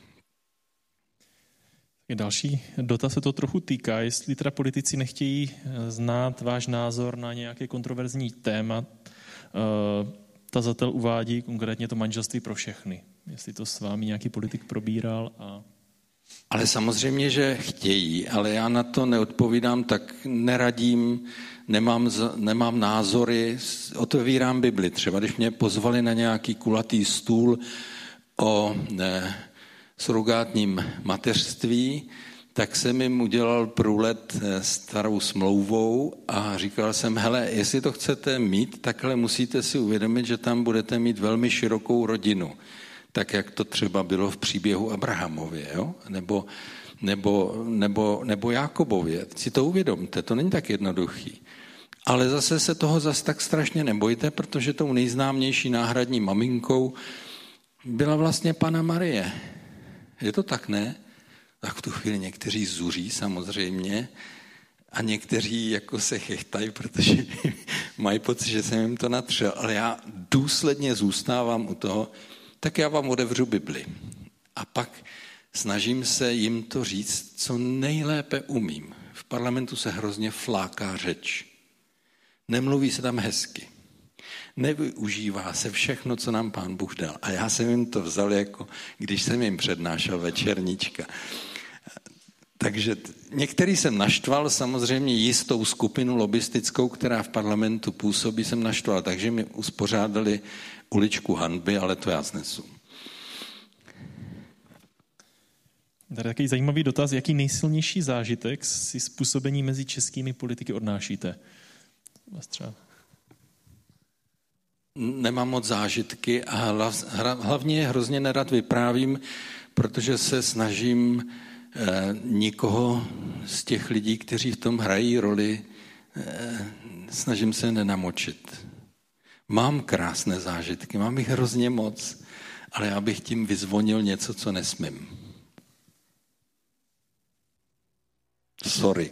Další dotaz se to trochu týká, jestli teda politici nechtějí znát váš názor na nějaké kontroverzní téma. Tazatel uvádí konkrétně to manželství pro všechny. Jestli to s vámi nějaký politik probíral a... Ale samozřejmě, že chtějí, ale já na to neodpovídám, tak neradím, nemám názory, otevírám Bibli. Třeba když mě pozvali na nějaký kulatý stůl o surogátním mateřství, tak jsem jim udělal průlet starou smlouvou a říkal jsem, hele, jestli to chcete mít, takhle musíte si uvědomit, že tam budete mít velmi širokou rodinu. Tak jak to třeba bylo v příběhu Abrahamově, jo? Nebo Jákobově. Si to uvědomte, to není tak jednoduchý. Ale zase se toho zas tak strašně nebojte, protože tou nejznámější náhradní maminkou byla vlastně Panna Marie. Je to tak, ne? Tak v tu chvíli někteří zuří samozřejmě a někteří jako se chechtají, protože mají pocit, že jsem jim to natřel. Ale já důsledně zůstávám u toho, tak já vám otevřu Bibli. A pak snažím se jim to říct, co nejlépe umím. V parlamentu se hrozně fláká řeč. Nemluví se tam hezky. Nevyužívá se všechno, co nám Pán Bůh dal. A já jsem jim to vzal, jako když jsem jim přednášel večerníčka. Takže některý jsem naštval, samozřejmě jistou skupinu lobistickou, která v parlamentu působí, jsem naštval, takže mi uspořádali uličku hanby, ale to já znesu. Tady takový zajímavý dotaz, jaký nejsilnější zážitek si z působení mezi českými politiky odnášíte? Třeba. Nemám moc zážitky a hlavně je hrozně nerad vyprávím, protože se snažím nikoho z těch lidí, kteří v tom hrají roli, snažím se nenamočit. Mám krásné zážitky, mám jich hrozně moc, ale já bych tím vyzvonil něco, co nesmím. Sorry.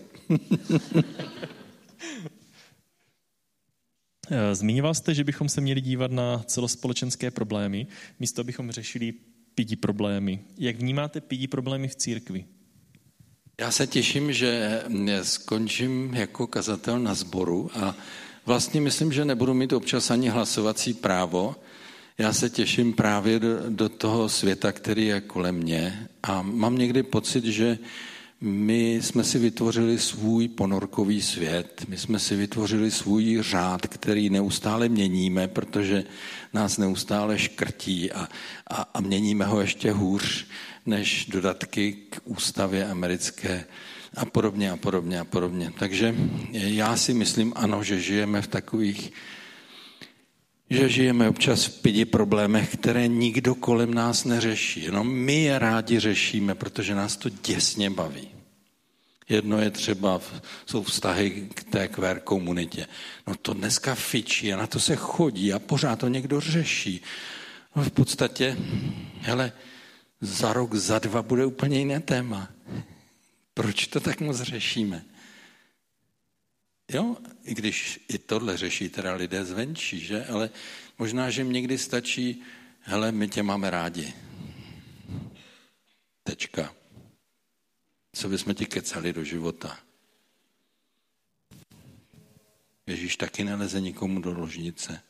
Zmiňoval jste, že bychom se měli dívat na celospolečenské problémy, místo abychom řešili pidi problémy. Jak vnímáte pidi problémy v církvi? Já se těším, že skončím jako kazatel na sboru a vlastně myslím, že nebudu mít občas ani hlasovací právo. Já se těším právě do toho světa, který je kolem mě a mám někdy pocit, že My jsme si vytvořili svůj ponorkový svět, my jsme si vytvořili svůj řád, který neustále měníme, protože nás neustále škrtí a měníme ho ještě hůř než dodatky k ústavě americké a podobně a podobně a podobně. Takže já si myslím, ano, že žijeme v takových, že žijeme občas v pidi problémech, které nikdo kolem nás neřeší. Jenom my je rádi řešíme, protože nás to děsně baví. Jedno je třeba, jsou vztahy k té queer komunitě. No to dneska fičí a na to se chodí a pořád to někdo řeší. No v podstatě, hele, za rok, za dva bude úplně jiné téma. Proč to tak moc řešíme? Jo, i když i tohle řeší teda lidé zvenčí, že? Ale možná, že jim někdy stačí, hele, my tě máme rádi. Tečka. Co bychom ti kecali do života? Ježíš taky neleze nikomu do ložnice.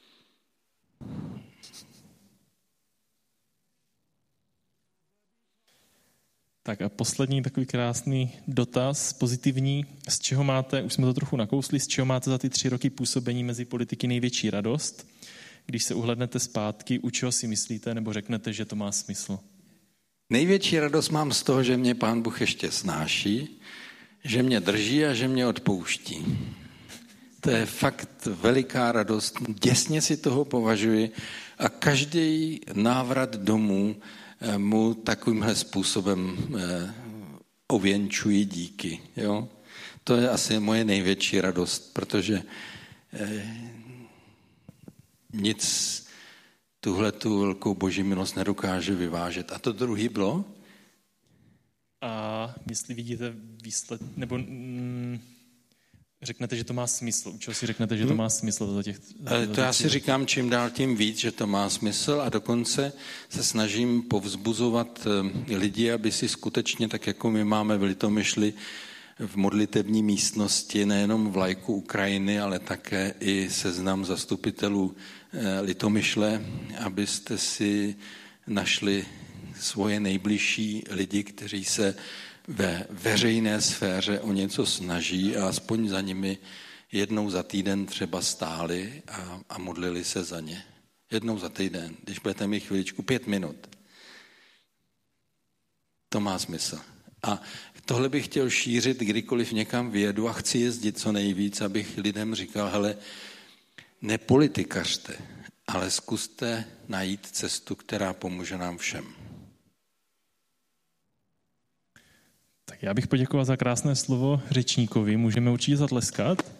Tak a poslední takový krásný dotaz, pozitivní. Z čeho máte, už jsme to trochu nakousli, z čeho máte za ty 3 roky působení mezi politiky největší radost? Když se uhlednete zpátky, u čeho si myslíte nebo řeknete, že to má smysl? Největší radost mám z toho, že mě Pán Bůh ještě snáší, že mě drží a že mě odpouští. To je fakt veliká radost, děsně si toho považuji a každý návrat domů mu takovýmhle způsobem ověnčuji díky. Jo? To je asi moje největší radost, protože nic tuhletu velkou boží milost nedokáže vyvážet. A to druhý bylo? A jestli vidíte nebo řeknete, že to má smysl. U čeho si řeknete, že to má smysl? To já si říkám čím dál tím víc, že to má smysl a dokonce se snažím povzbuzovat lidi, aby si skutečně, tak jako my máme v Litomyšli v modlitební místnosti, nejenom vlajku Ukrajiny, ale také i seznam zastupitelů Litomyšle, abyste si našli svoje nejbližší lidi, kteří se ve veřejné sféře o něco snaží a aspoň za nimi jednou za týden třeba stáli a modlili se za ně. Jednou za týden, když budete mít chviličku, 5 minut. To má smysl. A tohle bych chtěl šířit, kdykoliv někam vyjedu a chci jezdit co nejvíc, abych lidem říkal, hele, nepolitikařte, ale zkuste najít cestu, která pomůže nám všem. Tak já bych poděkoval za krásné slovo řečníkovi, můžeme určitě zatleskat.